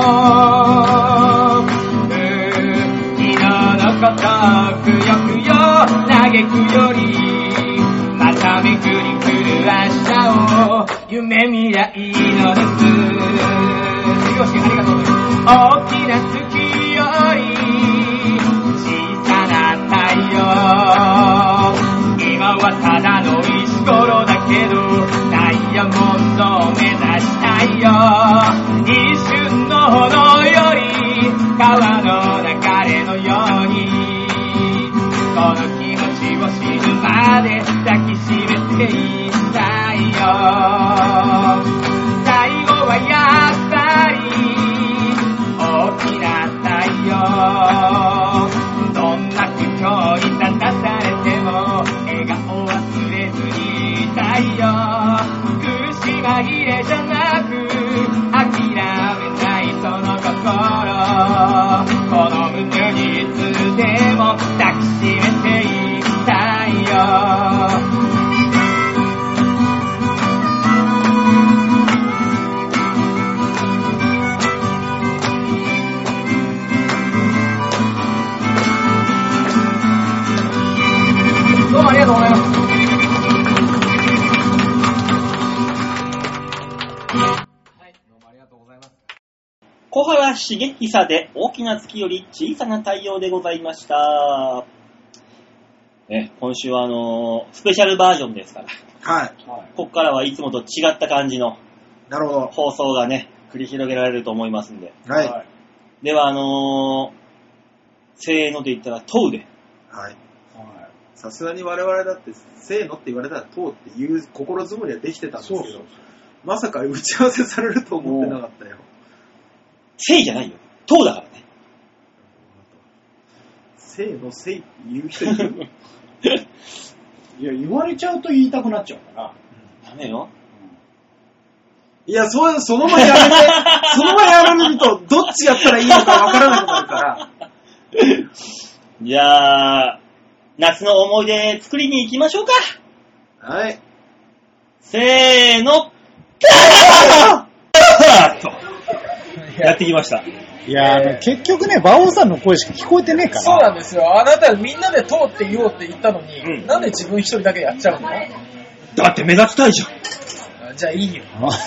昨日のことをくよくよ嘆くよりまためくり来る明日を夢見りゃいいのですよしありがとうございます大きな月より太陽今はただの石ころだけどダイヤモンドを目指したいよ一瞬の炎より川の流れのようにこの気持ちを死ぬまで抱きしめていたいよ小原茂久で大きな月より小さな太陽でございました。ね、今週はスペシャルバージョンですから。 はい。 ここからはいつもと違った感じのなるほど。 放送がね、繰り広げられると思いますんで。 はい。 ではせーので言ったら、問うで。 はい。さすがに我々だって、せーのって言われたら問うっていう心づもりはできてたんですけど、そうまさか打ち合わせされると思ってなかったよ。 せいじゃないよ。問うだからね。 せーの、せいって言う人いるいや、言われちゃうと言いたくなっちゃうから。 ダメよ。 いや、そのままやめて、そのままやめると、どっちやったらいいのかわからなくなるから。 じゃあ、夏の思い出作りに行きましょうか。 はい。 せーの。やってきました。 いや、結局ね、馬王さんの声しか聞こえてねえから。 そうなんですよ。あなたみんなで通って言おうって言ったのに、なんで自分一人だけやっちゃうの？ だって目立ちたいじゃん。 じゃあいいよ。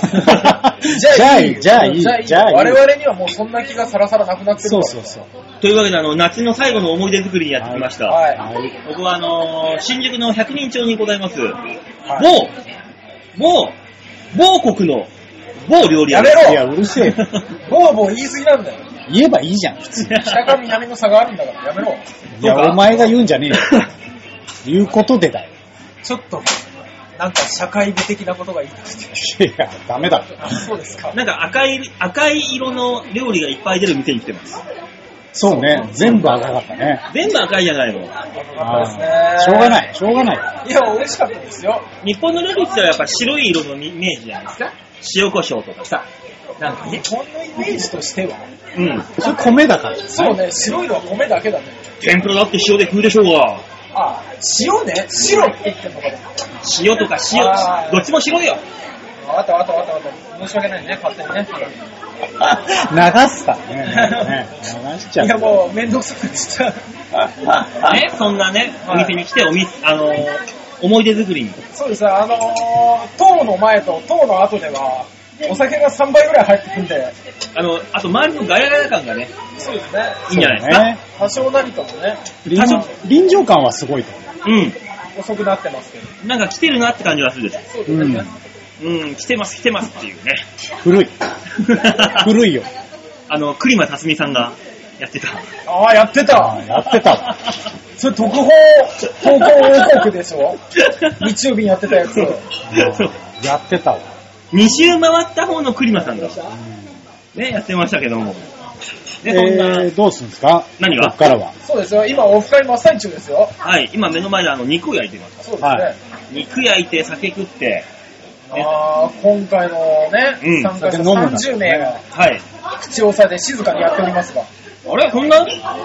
じゃあいい。 我々にはもうそんな気がさらさらなくなってるから。そう。 というわけで夏の最後の思い出作りにやってきました。はい。僕は新宿の百人町にございます。某国の某料理屋。 やめろ。 いや、うるせえ。 某言い過ぎなんだよ。 言えばいいじゃん、普通。 北か南の差があるんだからやめろ。 いや、お前が言うんじゃねえよ。言うことでだよ。 ちょっと。なんか社会美的なことが言いたくて。 いや、ダメだ。 そうですか。 なんか赤い色の料理がいっぱい出る店に来てます。 そうね、全部赤かったね。 全部赤いじゃないの。 赤かったですね。 しょうがない。いや、美味しかったですよ。 日本の料理って言ったらやっぱ白い色のイメージじゃないですか。塩コショウとかさ。なんかね。 日本のイメージとしては。 それ米だから。 そうね、白いのは米だけだね。 天ぷらだって塩で食うでしょうが。 あ、塩ね。白って言ってんのかな。 塩とか塩、どっちも白いよ。 あった。申し訳ないね、勝手にね。 流すからね。流しちゃう。 いや、もう、めんどくさくしちゃう。 ね、そんなね、お店に来て、思い出作りに。 そうです、塔の前と塔の後では、お酒が3倍ぐらい入ってくんで。 あと周りのガヤガヤ感がね。 そうですね。 いいんじゃないですか。 多少なりともね。 臨場感はすごいと思う。 遅くなってますけど。 なんか来てるなって感じはするです。 そうですね。 来てますっていうね。 古いよ。 栗間辰巳さんがやってた。 ああ、やってた。それ特報投稿王国でしょ。日曜日にやってたやつ。 やってたわ。 2周回った方の栗間さんが、ね、やってましたけども。 どうするんですか？ 何が？ ここからは。 そうですよ。今オフ会真っ最中ですよ。 はい。今目の前で肉を焼いてます。 そうですね。 肉焼いて酒食って。 今回のね、参加者30名が、口を押さえて静かにやっておりますが。 あれこんな？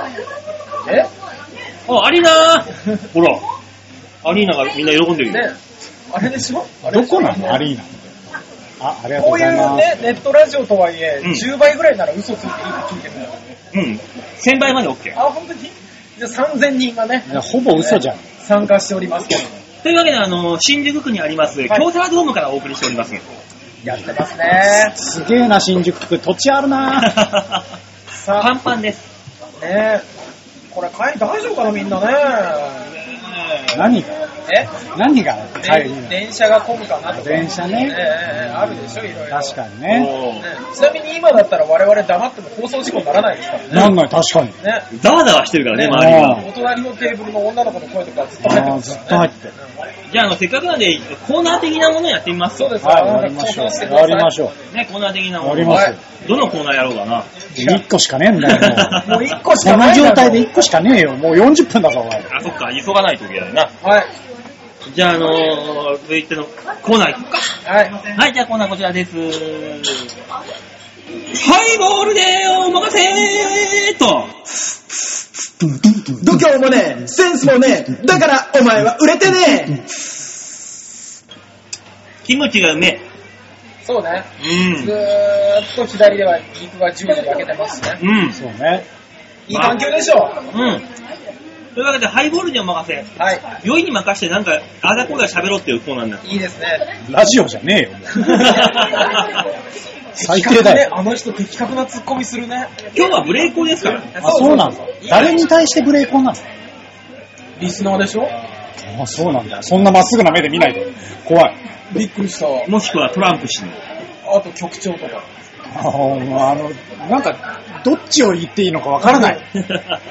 アリーナーほら。アリーナがみんな喜んでるよ。 ね。あれでしょ？ どこなのアリーナ？ありがとうございます。 こういうね、ネットラジオとはいえ、10倍ぐらいなら嘘ついていいって聞いてるんだよ。 1000倍まで OK。 本当に？じゃあ3000人がね。 ほぼ嘘じゃん。 参加しておりますけど。 というわけで、新宿区にあります、京セラドームからお送りしております。 やってますね。 すげえな、新宿区。土地あるなパンパンです。 ねえ。これ帰り大丈夫かな、みんなね。 何が電車が混むかなとか。 電車ね。 あるでしょ、いろいろ。 確かにね。 ちなみに今だったら我々黙っても放送事故にならないですからね。 なんない、確かに。 ね。ざわざわしてるからね、周りが。 お隣のテーブルの女の子の声とかずっと入ってますからね。 ずっと入ってる。 じゃあ、せっかくなんで、コーナー的なものやってみます。 そうです。 やりましょう。 ね、コーナー的なもの。 やります。 どのコーナーやろうかな。 1個しかねえんだよ。 もう1個しかない。 この状態で1個しかねえよ。もう40分だぞ、お前。 そっか、急がないといけないな。 はい。 じゃあ、続いてのコーナー行こうか。はい、じゃあコーナーこちらです。ハイボールでお任せーと。 度胸もねえ、センスもねえ、だからお前は売れてねえ。 キムチがうめえ。 そうね。ずーっと左では肉が10時焼けてますね。 そうね。 いい環境でしょ。 というわけで、ハイボールにお任せ。 はい。 酔いに任してなんか、あだこだ喋ろうっていうコーナーになって。 いいですね。 ラジオじゃねえよ。 最低だよ。 あの人的確なツッコミするね。 今日はブレイコーですから。 あ、そうなんだ。誰に対してブレイコーなの？ リスナーでしょ？ あ、そうなんだ。そんなまっすぐな目で見ないで。怖い。 びっくりした。 もしくはトランプ氏の。 あと局長とか。 なんか、どっちを言っていいのかわからない。 ね、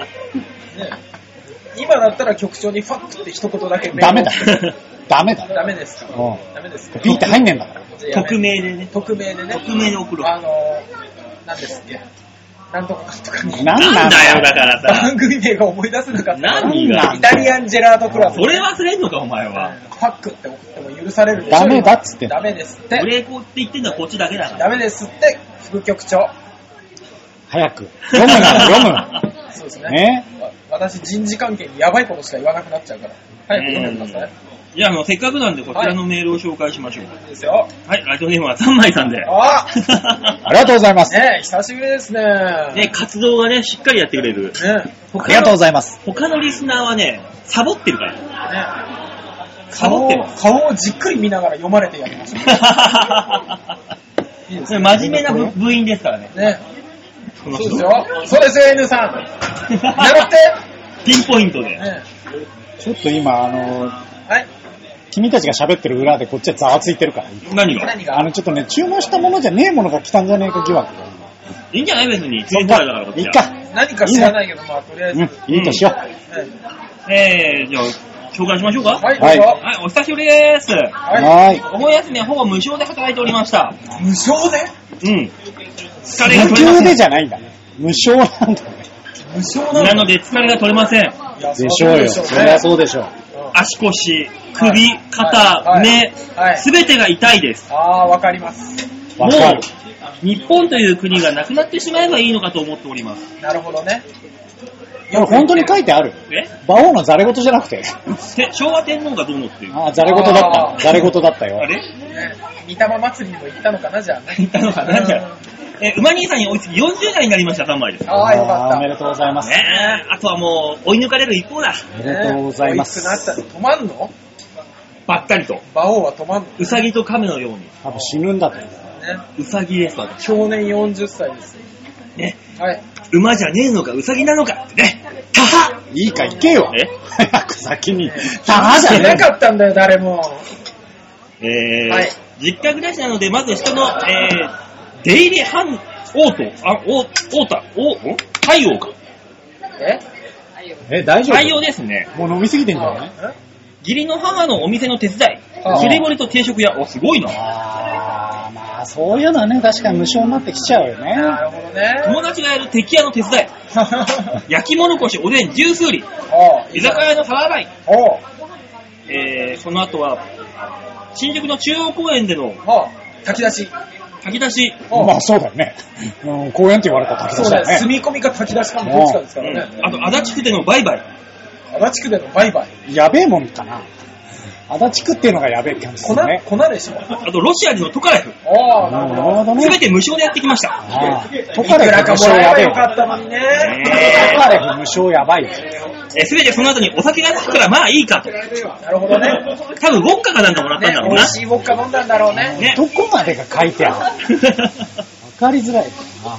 今だったら局長にファックって一言だけダメだ。ダメだ。 ダメですか？ダメですか？ ピーって入んねんだから。 匿名でね。 匿名でね。 匿名で送る。 何ですっけ？なんとかとかに。 なんだよ、だからさ。 番組名が思い出せなかった。 何が？ イタリアンジェラートクラブ。 それ忘れんのか、お前は。 ファックって送っても許されるでしょ。 ダメだっつって。 ダメですって。 ブレイコーって言ってんのはこっちだけだから。 ダメですって、副局長。 早く。読む。 そうですね。私、人事関係にやばいことしか言わなくなっちゃうから。早く読んでください。 いや、せっかくなんでこちらのメールを紹介しましょう。 いいですよ。 はい、ラジオネームは3枚さんで。 ありがとうございます。 ね、久しぶりですね。 活動がね、しっかりやってくれる。 ありがとうございます。 他のリスナーはね、サボってるから。サボってる。 顔をじっくり見ながら読まれてやりましょう。いいですね。 真面目な部員ですからね。 ね。そうですよ。そうですよ、N さん。やってピンポイントで。 ちょっと今、 はい。 君たちが喋ってる裏でこっちはざわついてるから。 何が？ ちょっとね、注文したものじゃねえものが来たんじゃねえか疑惑。 いいんじゃない別に。そっか。 いいか。 何か知らないけど、まあ、とりあえず。 いいとしよう。 じゃあ、紹介しましょうか。 はい、どうぞ。 はい、お久しぶりです。 はい。 お盆休みはほぼ無償で働いておりました。 無償で？ うん。 疲れが取れません。無給でじゃないんだね。無償なんだね。 無償なんだ。 なので疲れが取れません。 でしょうよ。そりゃそうでしょう。 足腰、首、肩、目、すべてが痛いです。 わかります。 わかる。 日本という国がなくなってしまえばいいのかと思っております。 なるほどね。 本当に書いてある。馬王のザレ言じゃなくて。 昭和天皇がどうのっていう。 ザレ言だった。ザレ言だったよ。 あれ？ 御霊祭りにも行ったのかな、じゃあね。 行ったのかな、じゃあ。馬兄さんに追いつき40代になりました、3枚です。 よかった。 おめでとうございます。 あとはもう追い抜かれる一方だ。 おめでとうございます。 止まんの？ ばったりと。 馬王は止まんの？ ウサギと亀のように。 多分死ぬんだと思う。 ウサギですわね。 去年40歳です。 ね。 はい。 馬じゃねえのか、ウサギなのかってね。タハ！ いいか、行けよ。早く先に。タハじゃなかったんだよ、誰も。 はい。実家暮らしなので、まず人の、出入り反応と、対応か。 大丈夫？ 対応ですね。 もう飲みすぎてんじゃない？ 義理の母のお店の手伝い。切り盛りと定食屋。すごいな。 まあ、そういうのはね、確かに無償になってきちゃうよね。 なるほどね。 友達がやる敵屋の手伝い。焼き物こし、おでん、ジュース売り。居酒屋の皿洗い。その後は、新宿の中央公園での、 炊き出し。 炊き出し。 まあそうだよね。公園って言われたら炊き出しだよね。 住み込みか炊き出しかのどっちかですからね。 あと、足立区での売買。 足立区での売買。 やべえもんかな。足立区っていうのがやべえ感じですね。 粉でしょ。 あと、ロシアでのトカレフ。 なるほどね。 すべて無償でやってきました。 トカレフ無償やべえ。 よかったのにね。 トカレフ無償やばい。 すべてその後にお酒がつくからまあいいかと。 なるほどね。 多分ウォッカかなんかもらったんだろうな。 美味しいウォッカ飲んだんだろうね。 どこまでが書いてある？わかりづらい。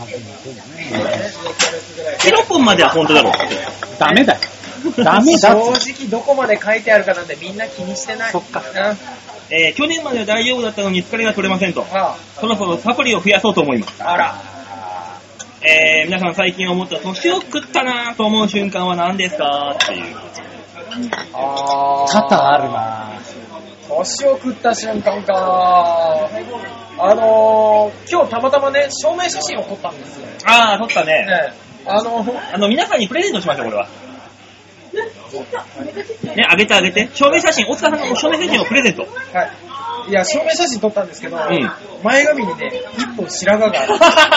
テロポンまでは本当だろう。 ダメだよ。ダメだ。 正直どこまで書いてあるかなんてみんな気にしてない。 そっか。 去年までは大丈夫だったのに疲れが取れませんと。そろそろサプリを増やそうと思います。 あら。 皆さん最近思った年を食ったなと思う瞬間は何ですかっていう。 多々あるな。 年を食った瞬間か。今日たまたまね、証明写真を撮ったんですよ。 撮ったね。 皆さんにプレゼントしましょう、これは。ね、あげて。証明写真、大塚さんの証明写真をプレゼント。 はい。いや、証明写真撮ったんですけど、前髪にね、一本白髪があ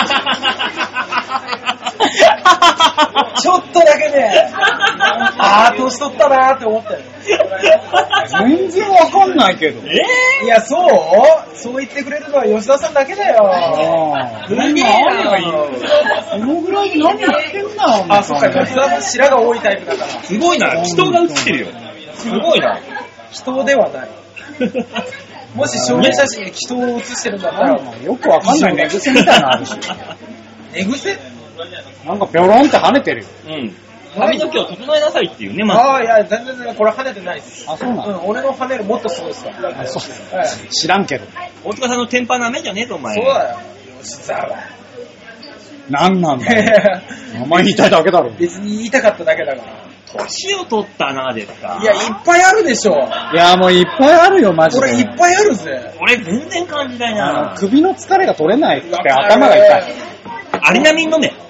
る。ちょっとだけね、年取ったなーって思ったよ。 全然わかんないけど。 いや、そう言ってくれるのは吉田さんだけだよ。 何がいいの？そのぐらい何言ってんだ。 そっか、吉田さん白が多いタイプだから。 すごいな、人が映ってるよ。すごいな。 人ではない。 もし証明写真で人を写してるんだったら、 よくわかんない寝癖みたいなのあるし。 寝癖なんかピョロンって跳ねてるよ。 うん。髪の毛を整えなさいっていうね、 ああ、いや、全然これ跳ねてないです。 あ、そうなの？ 俺の跳ねるもっとすごいですから。 あ、そう。知らんけど。 大塚さんのテンパなめじゃねえぞ、お前。 そうだよ。吉沢。 なんなんだよ。名前言いたいだけだろ。 別に言いたかっただけだから。 年を取ったな、ですか。 いや、いっぱいあるでしょ。 いや、もういっぱいあるよ、マジで。 俺いっぱいあるぜ。 俺全然感じないな。 首の疲れが取れないって頭が痛い。 アリナミン飲め。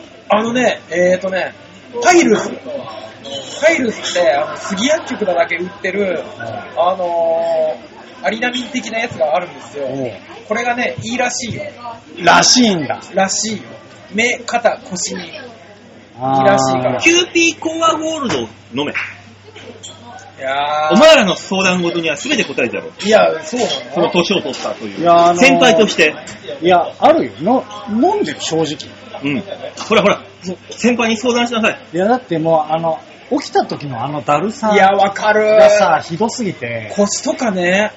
パイルスって杉薬局だけ売ってる、アリナミン的なやつがあるんですよ。これがね、いいらしいよ。 らしいんだ。 らしいよ。目、肩、腰に。いいらしいから。 キューピーコアゴールドを飲め。 いやお前らの相談事には全て答えてやろう。 いや、そうなの？ その年を取ったという。 いや先輩として。 いや、あるよ。飲んでる、正直。 うん。ほら、先輩に相談しなさい。 いや、だってもう、起きた時のだるさ。 いや、わかる。 がさ、ひどすぎて。 腰とかがね、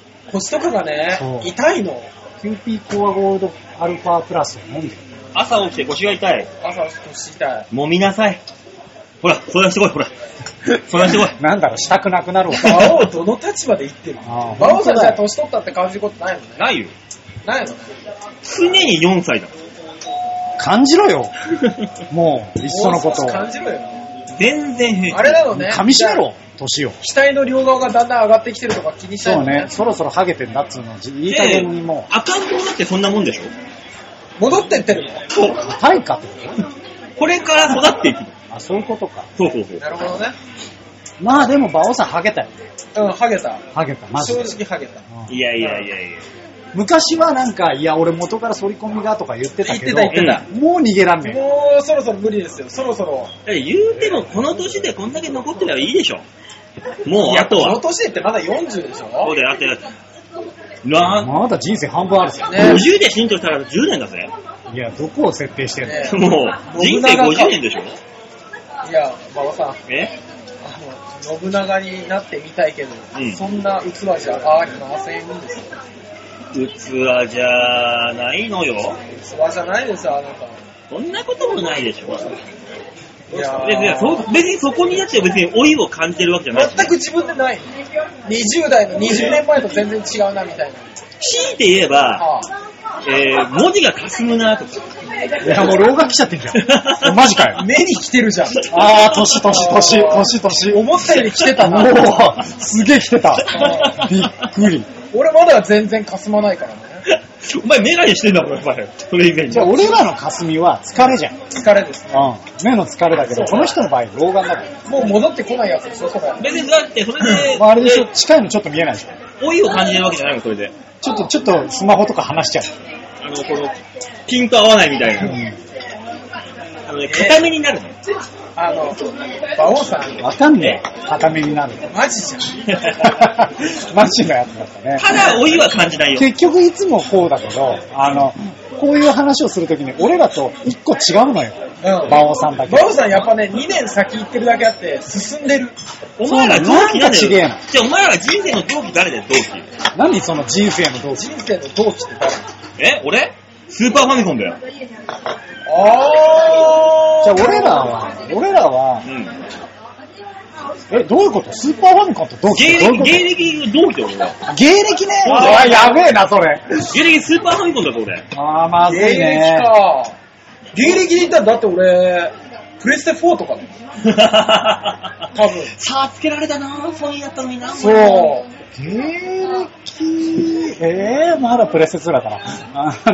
痛いの。 キューピーコアゴールドアルファプラスを飲んでる。 朝起きて腰が痛い。 朝起きて腰痛い。 揉みなさい。ほら、相談してこい、ほら。相談してこい。 なんだろう、したくなくなるわ。 馬王どの立場で言ってるの？馬王さんじゃあ年取ったって感じることないもんね。 ないよ。 ないの？ 常に4歳だもん。 感じろよ。もう、いっそのことを。 感じろよ。 全然変。 あれなのね。 噛み締めろ、年を。 額の両側がだんだん上がってきてるとか気にしないのね。 そうね、そろそろハゲてんだっつうの、いい加減にもう。 赤ん坊だってそんなもんでしょ？ 戻ってってるの？ そう。 対価ってこと？ これから育っていくの。 あ、そういうことか。 そう。 なるほどね。 まあでも、馬王さんハゲたよ。 うん、ハゲた、 マジで。 正直ハゲた。 いや。 昔はなんか、いや、俺元から反り込みがとか言ってたけど、 言ってた。 もう逃げらんねえ。 もうそろそろ無理ですよ、そろそろ。 言うてもこの年でこんだけ残ってればいいでしょ。もう、あとは。 この年ってまだ40でしょ？ そうだよ、あとまだ人生半分あるぞ。 ね、50で死んとしたら10年だぜ。 いや、どこを設定してるの？もう、人生50年でしょ。 いや、馬場さん。信長になってみたいけど、そんな器じゃありませんですよ。 器じゃないのよ。 器じゃないですよ、あなた。 そんなこともないでしょ。 いや別にそこにだって別に老いを感じてるわけじゃない。 全く自分でない。20代の20年前と全然違うなみたいな。 強いて言えば、文字が霞むなとか。 いや、もう老眼来ちゃってんじゃん。マジかよ。 目に来てるじゃん。 あー、年。 思ったより来てたな。 もう、すげえ来てた。びっくり。 俺まだ全然霞まないからね。 お前メガネしてんだもん、お前。それ以前に。 じゃあ俺らの霞は疲れじゃん。 疲れですね。 目の疲れだけど、この人の場合老眼だから。 もう戻ってこないやつでしょ、それ。 別にだって、それで。 あれでしょ、近いのちょっと見えないでしょ。 老いを感じてるわけじゃないの、それで。 ちょっとスマホとか離しちゃう。 この、ピント合わないみたいな。固めになるの。 馬王さん。 わかんねえ。固めになる。 マジじゃん。 マジのやつだったね。 ただ、老いは感じないよ。 結局いつもこうだけど、こういう話をするときに、俺らと一個違うのよ。馬王さんだけ。 馬王さんやっぱね、2年先行ってるだけあって、進んでる。 お前ら同期なんだよ。 じゃあお前ら人生の同期誰だよ、同期。 何その人生の同期。 人生の同期って誰？ 俺スーパーファミコンだよ。 じゃあ俺らは、どういうこと？スーパーファミコンと同期ってどういうこと？ 芸歴同期だよ、俺は。 芸歴ね。やべえな、それ。 芸歴スーパーファミコンだぞ、俺。 まずいね。 芸歴か。芸歴で言ったらだって俺、プレステ4とかだよ。多分。 さあ、つけられたなそうやったのになそう。芸歴、まだプレステ2だから。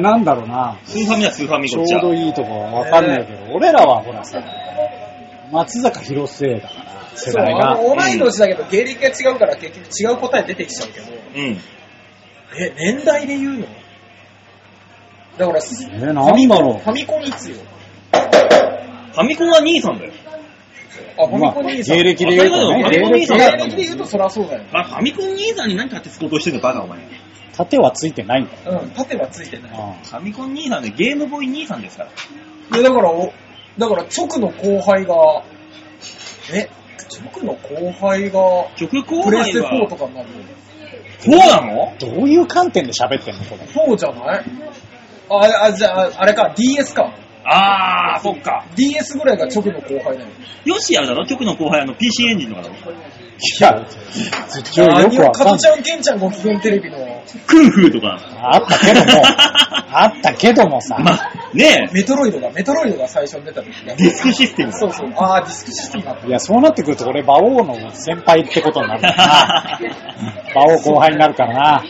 なんだろうな。 スーファミだ、スーファミコン。 ちょうどいいとこわかんないけど、俺らはほらさ、松坂広末だから、世代が。 そう、同い年だけど芸歴が違うから結局違う答え出てきちゃうけど。年代で言うの？だから、 なんだろう。 ファミコンいつよ？ ファミコンは兄さんだよ。 ファミコン兄さん。 芸歴で言うとね。 芸歴で言うとそりゃそうだよ。 ファミコン兄さんに何盾つこうとしてんのバカお前。 盾はついてないんだよ。 盾はついてない。 ファミコン兄さんでゲームボーイ兄さんですから。 いやだから直の後輩が、直の後輩が、 直後輩はプレステ4とかになるそうなの？ どういう観点で喋ってんのこれ。 そうじゃない？じゃあ、あれか、DS か。 そっか。 DS ぐらいが直の後輩だよ。 よし、あれだろ？直の後輩PC エンジンのだろ？ いや、実況よくわかんない。 加トちゃん、ケンちゃんご機嫌テレビの。 クンフーとか。 あったけどもさ。 まあ、ねえ。 メトロイドが最初に出た時ね。 ディスクシステム。 そう。ディスクシステムだった。 いや、そうなってくると俺、馬王の先輩ってことになるからな。馬王後輩になるからな。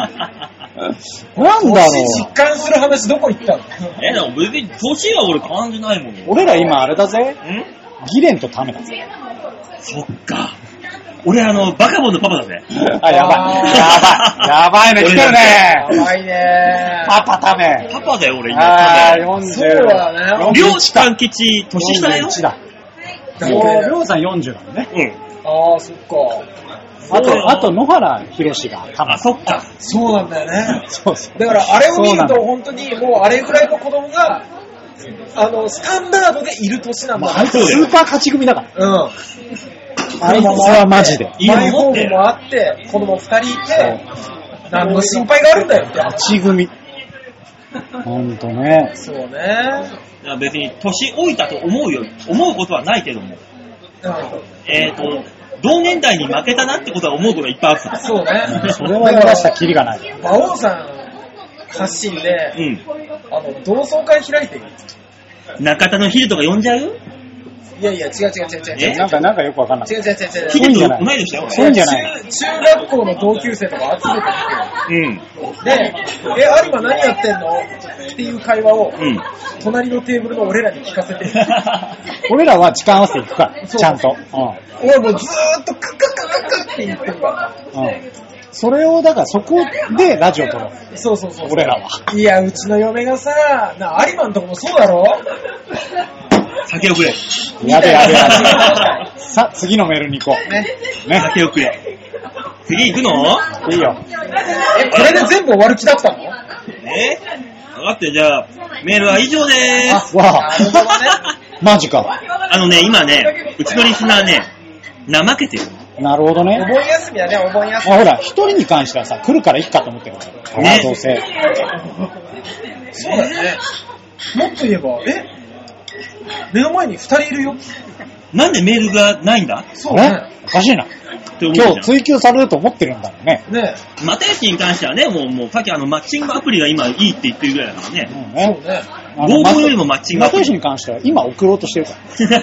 なんだろう。 実感する話どこ行ったの？ でも別に年は俺感じないもん。 俺ら今あれだぜ。ギレンとタメだぜ。 そっか。俺バカボンのパパだぜ。 あ、やばいね、来てるね。 やばいね。 パパタメ。 パパだよ、俺今。 40。 そうだね。 りょうしパン吉、年下だよ。 41だ。りょうさん40だもんね。 そっか。 あと、野原宏がタメ。 そっか。 そうなんだよね。 そう。 だからあれを見ると本当にもうあれぐらいの子供が、スタンダードでいる年なんだ。 あいつスーパー勝ち組だから。あいつはマジで。 マイホームもあって、子供2人いて、何の心配があるんだよって。 勝ち組。ほんとね。 そうね。 別に年老いたと思うことはないけども。同年代に負けたなってことは思うことがいっぱいあるさ。 そうね。 それは言わしたらキリがない。 馬王さん発信で、同窓会開いてる。 中田のヒルとか呼んじゃう？ いや、違う。 なんかよくわかんない。 違う。 ヒルと同い年だよ。 そうじゃない。 中学校の同級生とか集めてきて。で、有馬何やってんのっていう会話を、隣のテーブルの俺らに聞かせて。 俺らは時間合わせていくから、ちゃんと。 俺もうずーっとクックって言ってるから。 それを、だからそこでラジオ撮ろう。 そう。 俺らは。 いや、うちの嫁がさ、有馬のとこもそうだろ？ 酒をくれ。 やべ。さ、次のメールに行こう。ね。 酒をくれ。次行くの？ いいよ。 これで全部終わる気だったの？ 分かって、じゃあ、メールは以上でーす。 わあ。マジか。 今ね、うちのリスナーね、怠けてる。 なるほどね。 お盆休みだね、お盆休み。 ほら、一人に関してはさ、来るからいっかと思ってるから。ね。どうせ。 そうだね。もっと言えば、目の前に2人いるよ。 なんでメールがないんだ？ そうね。 おかしいな。今日追求されると思ってるんだろうね。 又吉に関してはね、もうさっきマッチングアプリが今いいって言ってるぐらいだからね。 そうね。 合コンよりもマッチングアプリ。 又吉に関しては今送ろうとしてるから。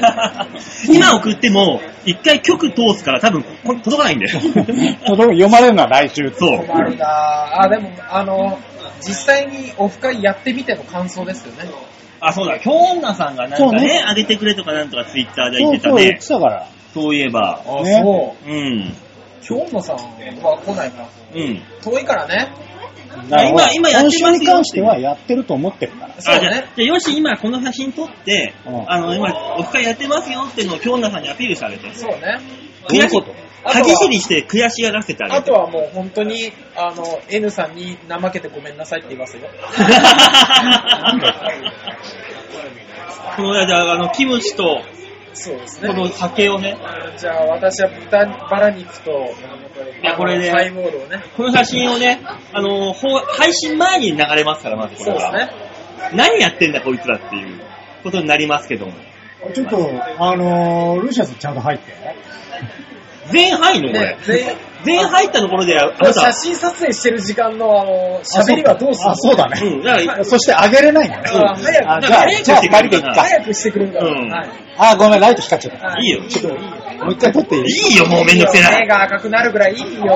今送っても、一回局通すから多分届かないんだよ。 読まれるのは来週。 そう。 困るなぁ。でも、実際にオフ会やってみての感想ですよね。 そうだ、京女さんがなんかね、あげてくれとかなんとかツイッターで言ってたね。 言ってたから。 そういえば。 そう。京女さんは来ないか。遠いからね。 今やってますよ。 今週に関してはやってると思ってるから。 そうね。 じゃあよし、今この写真撮って、今オフ会やってますよっていうのを京女さんにアピールしてあげて。 そうね。 どういうこと？歯ぎしりして悔しがらせてあげて。 あとはもう本当に、N さんに怠けてごめんなさいって言いますよ。 この間、キムチと、 そうですね。 この酒をね。 じゃあ私は豚バラ肉と、 これね、 ハイボールをね。 この写真をね、配信前に流れますから、まずこれは。そうですね。何やってんだこいつらっていうことになりますけども。 ちょっと、ルシアスちゃんと入って。 全員入るのこれ。全員入ったところで、 写真撮影してる時間の喋りはどうするの？ そうだね。そして上げれないんだね。 早くしてくれるから。 ごめん、ライト光っちゃった。 いいよ。 ちょっと、もう一回撮っていい？ いいよ、もうめんどくせえな。 目が赤くなるぐらいいいよ、も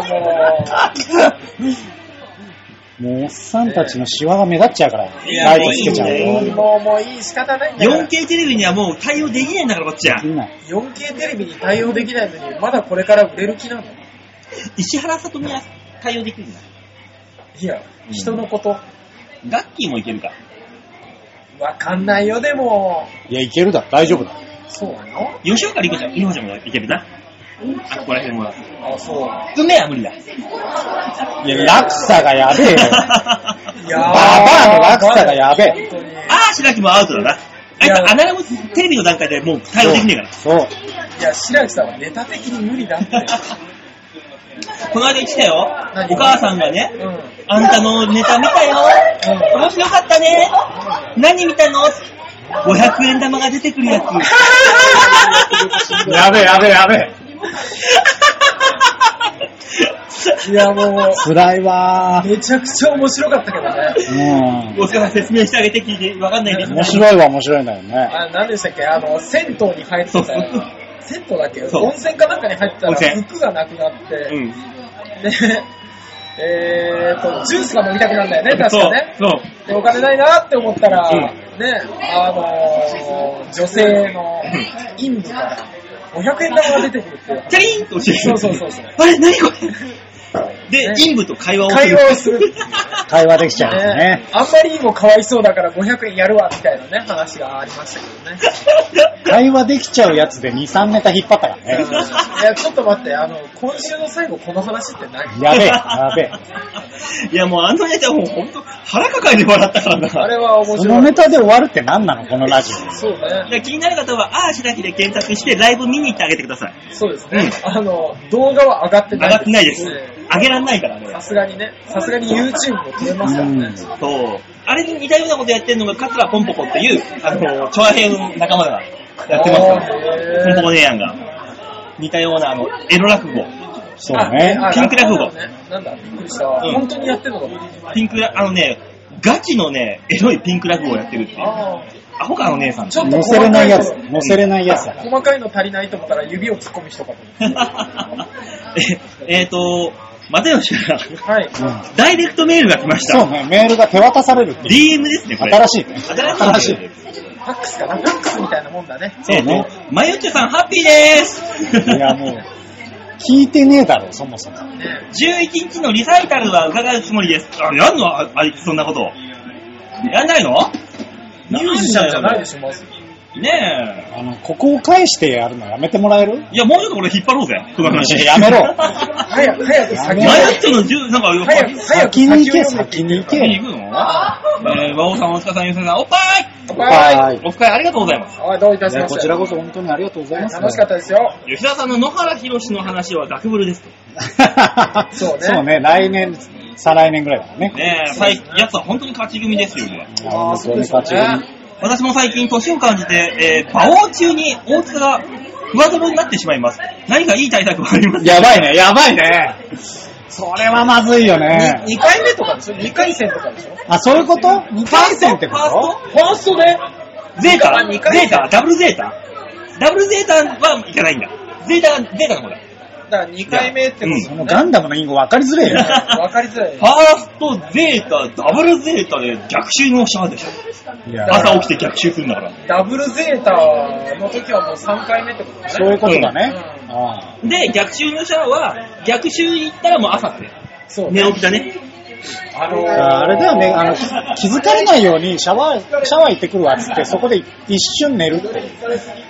う。もう、おっさんたちのシワが目立っちゃうから、ライトつけちゃう。 もういい、仕方ないんだよ。 4K テレビにはもう対応できないんだから、こっちは。 4K テレビに対応できないのに、まだこれから売れる気なの？ 石原さとみは対応できるんだ。 いや、人のこと。 ガッキーもいけるか。 わかんないよ、でも。 いや、いけるだ、大丈夫だ。 そうなの？ 吉岡里帆ちゃんもいけるな。ここら辺も。 そう。 梅は無理だ。 いや、落差がやべえよ。 いやー。 ババアの落差がやべえ。 白木もアウトだな。アナログテレビの段階でもう対応できねえから。 そう。 いや、白木さんはネタ的に無理だって。 この間言ってたよ。お母さんがね、あんたのネタ見たよ。面白かったね。何見たの ?500 円玉が出てくるやつ。 やべえ。 いやもう、 辛いわー。 めちゃくちゃ面白かったけどね。 大塚さん説明してあげて聞いてわかんないです。 面白いんだよね。 何でしたっけ銭湯に入ってた銭湯だっけ温泉かなんかに入ってたら服がなくなって、で、ジュースが飲みたくなるんだよね、確かね。で、お金ないなって思ったら、ね、女性の陰部から500円玉が出てくるっていう。 チャリーンと教えて。 そう。 あれ何これで、陰部と会話をする。 会話できちゃうんですね。 あんまりにもかわいそうだから500円やるわみたいなね、話がありましたけどね。 会話できちゃうやつで2、3ネタ引っ張ったからね。 いや、ちょっと待って、今週の最後この話って何？ やべえ。 いや、もうあのネタもうほんと腹抱えて笑ったからな。 あれは面白い。 そのネタで終わるって何なのこのラジオ。 そうね。 気になる方は、あーしだけで検索してライブ見に行ってあげてください。 そうですね。動画は上がってない。 上がってないです。上げらんないからね。 さすがに YouTube も撮れますからね。 そう。あれに似たようなことやってるのが、桂ポンポコっていう、チョアヘイの仲間がやってますから。ポンポコ姉やんが。似たような、エロ落語。 そうね。 ピンク落語。 なんだ、びっくりした。本当にやってんのかな？ ピンクガチのね、エロいピンク落語をやってるっていう。アホか姉さん。 ちょっと乗せれないやつだから。 細かいの足りないと思ったら指を突っ込む人かと思った。又吉から、 はい、 ダイレクトメールが来ました。 そうね、メールが手渡されるっていう。 DM ですね、これ。 新しいね。新しい。 ファックスかな？ファックスみたいなもんだね。 そうね。まゆっちょさん、ハッピーでーす。 いや、もう、聞いてねえだろ、そもそも。 11日のリサイタルは伺うつもりです。やんのあいつそんなこと。やんないの？ ミュージシャンじゃないでしょ、まず。 ねえ。ここを返してやるのやめてもらえる？ いや、もうちょっとこれ引っ張ろうぜ。この話。 やめろ。 早く先に。 マヤッチのなんか、 先に行け。先に行くの？馬王さん、大塚さん、ゆうせいさん、おっぱい！お使いありがとうございます。 どういたしまして。 こちらこそ本当にありがとうございます。 楽しかったですよ。 吉田さんの野原ひろしの話は学ぶるですと。 そうね、来年、再来年ぐらいだからね。 ねえ、やつは本当に勝ち組ですよ、 そうですね。 私も最近年を感じて、馬王中に大塚がふわどろになってしまいます。何かいい対策はありますか？ やばいね。それはまずいよね。 2回目とかでしょ？ 2回戦とかでしょ？ あ、そういうこと？ 2回戦ってこと？ ファーストでゼータダブルゼータはいかないんだ。ゼータの方だ。 だから2回目ってことそのガンダムの隠語分かりづらいよ。 分かりづらい。 ファースト、ゼータ、ダブルゼータで逆襲のシャアでしょ。朝起きて逆襲するんだから。 ダブルゼータの時はもう3回目ってことね。 そういうことだね。 で、逆襲のシャアは、逆襲行ったらもう朝って。そう。寝起きだね。 あれだよね、気づかれないようにシャワー行ってくるわっつって、そこで一瞬寝るっていう。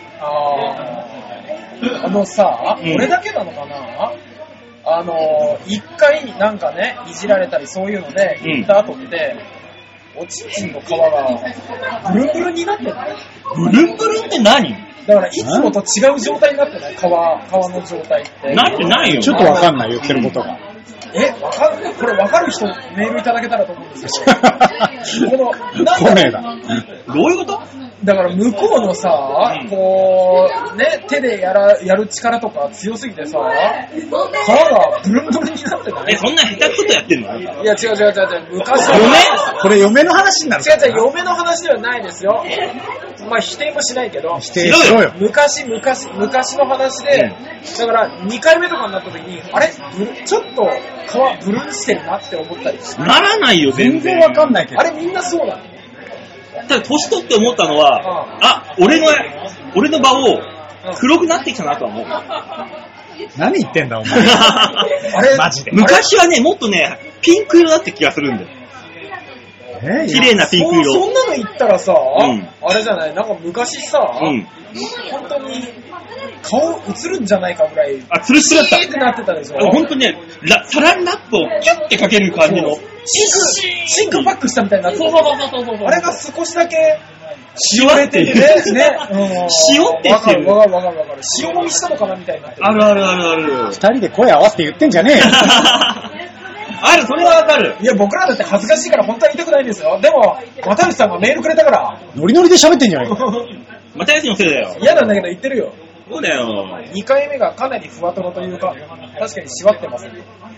俺だけなのかな？一回なんかね、いじられたりそういうので、行った後って、おちんちんの皮がブルンブルンになってる。 ブルンブルンって何？ だからいつもと違う状態になってない？皮の状態って。 なってないよ。 ちょっとわかんない、言ってることが。 これわかる人メールいただけたらと思うんですけど。 来ねえだ。 どういうこと？ だから向こうのさ、こう、ね、手でやる力とか強すぎてさ、皮がブルンブルンになってない？ そんな下手くそとやってんの？ いや、違う。昔これ嫁の話になる？ 違う、嫁の話ではないですよ。まあ否定もしないけど。 否定しろよ。 昔の話で、だから2回目とかになった時に、あれちょっと皮ブルンしてるなって思ったりして。 ならないよ、 全然わかんないけど。 あれみんなそうなの？ ただ年取って思ったのは、俺の場を黒くなってきたなとは思う。 何言ってんだお前。 あれマジで。 昔はね、もっとね、ピンク色だって気がするんだよ。綺麗なピンク色。 そんなの言ったらさ、あれじゃない、なんか昔さ、本当に顔映るんじゃないかぐらい、 ツルツルだった。 シーってなってたでしょ。 本当にね、サランラップをキュッてかける感じの。 シンクパックしたみたいになってた。そう。あれが少しだけ塩って言ってるね。塩って言ってる。 わかる。塩もみしたのかなみたいになってる。 ある。 二人で声合わせて言ってんじゃねえよ。 それはわかる。 いや、僕らだって恥ずかしいから本当は言いたくないんですよ。でも、又吉さんがメールくれたから。 ノリノリで喋ってんじゃないか。 又吉のせいだよ。 嫌なんだけど言ってるよ。 そうだよ。 2回目がかなりふわとろというか、確かにしわってますね。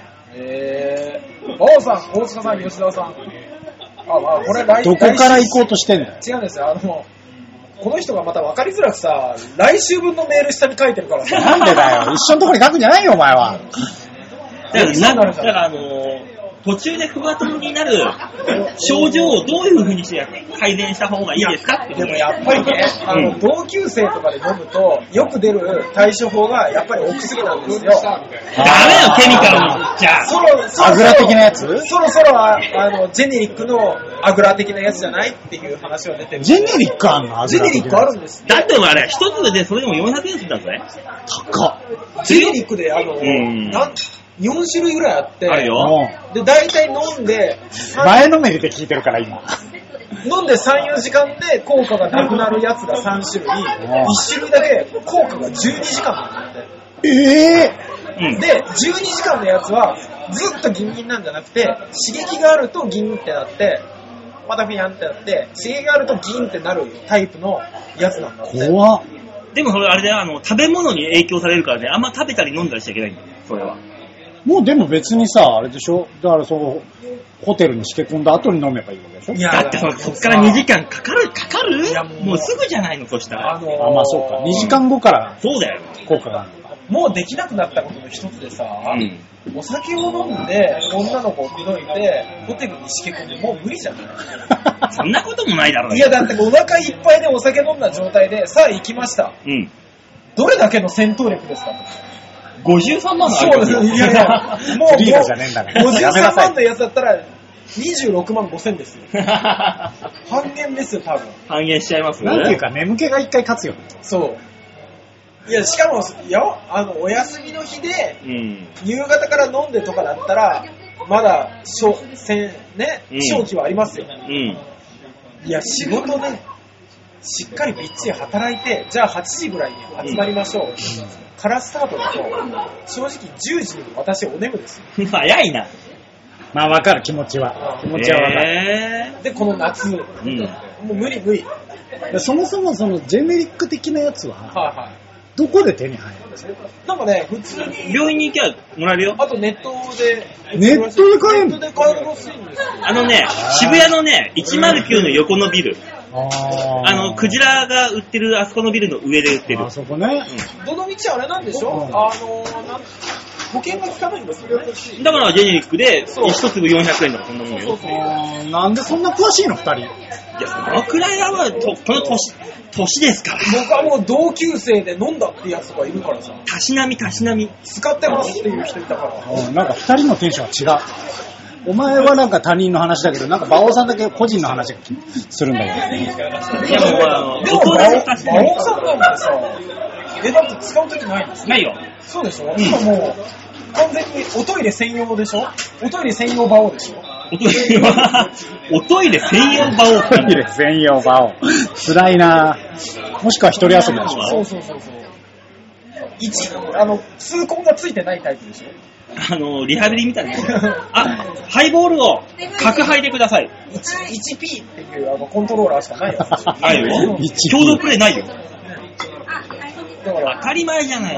馬王さん、大塚さん、吉田さん。これどこから行こうとしてんの？ 違うんですよ。この人がまた分かりづらくさ、来週分のメール下に書いてるからさ。 なんでだよ。一緒のところに書くんじゃないよ、お前は。 だから途中でふわとろになる症状をどういう風にして改善した方がいいですかって。 でもやっぱりね、同級生とかで飲むとよく出る対処法がやっぱりお薬なんですよ。 ダメよ、ケミカルに。じゃあ。アグラ的なやつ？ そろそろジェネリックのアグラ的なやつじゃないっていう話は出てる。 ジェネリックあんの？ ジェネリックあるんです。 だってあれ、一粒でそれでも400円するんだぜ。 高っ。 ジェネリックで4種類ぐらいあって、 あるよ。 で、大体飲んで、 前のめりで聞いてるから今。 飲んで3、4時間で効果がなくなるやつが3種類、1種類だけ効果が12時間なんだって。で、12時間のやつはずっとギンギンなんじゃなくて、刺激があるとギンってなって、またフィヤンってなって、刺激があるとギンってなるタイプのやつなんだって。 怖っ。 でもそれあれだよ、食べ物に影響されるからね、あんま食べたり飲んだりしちゃいけないんだよ、それは。もうでも別にさ、あれでしょ？だからホテルにしけ込んだ後に飲めばいいわけでしょ？ いや、だってそっから2時間かかる？いやもうすぐじゃないの、そしたら。 まあそうか。2時間後から。 そうだよ。 効果があるのか。 もうできなくなったことの一つでさ、お酒を飲んで女の子を口説いてホテルにしけ込んでもう無理じゃないそんなこともないだろう。 いやだってお腹いっぱいでお酒飲んだ状態でさあ行きました。どれだけの戦闘力ですかと。 53万のあるよ。 そうです。いやもうリーダーじゃねえんだから。 53万のやつだったら26万5千ですよ。半減ですよ多分。 半減しちゃいますね。 なんていうか眠気が一回勝つよ。 そう。いや、しかも、お休みの日で、夕方から飲んでとかだったら、まだ、正気はありますよ。いや、仕事ね、しっかりびっちり働いて、じゃあ8時ぐらいに集まりましょう。からスタートだと、正直10時に私お眠ですよ。 早いな。 まあわかる、気持ちは。気持ちはわかる。 で、この夏、もう無理。 そもそもそのジェネリック的なやつは、どこで手に入るんですか？ なんかね、普通に病院に行きゃもらえるよ。 あとネットで買えるらしいんですよ。 渋谷のね、109の横のビル。クジラが売ってるあそこのビルの上で売ってる。 あそこね。 どの道あれなんでしょ？保険が効かないんですよね。 だからジェネリックで一粒400円とかそんなもんよ。 なんでそんな詳しいの2人？ いや、そのくらいはこの年ですから。 僕はもう同級生で飲んだってやつがいるからさ。 たしなみ。 使ってますっていう人いたから。 なんか2人のテンションが違う。お前はなんか他人の話だけど、なんか馬王さんだけ個人の話がするんだけど。 いやもう、 でも馬王さんなんてさ、だって使うときないんですよ。 ないよ。 そうでしょ？今もう、完全におトイレ専用でしょ？おトイレ専用馬王でしょ？ おトイレ専用馬王。 おトイレ専用馬王。辛いなぁ。もしくは一人遊びでしょ？ そう。痛恨がついてないタイプでしょ？ リハビリみたいな。ハイボールを角杯でください。 1P っていうコントローラーしかないやつ。 ないよ。共同プレイないよ。当たり前じゃない。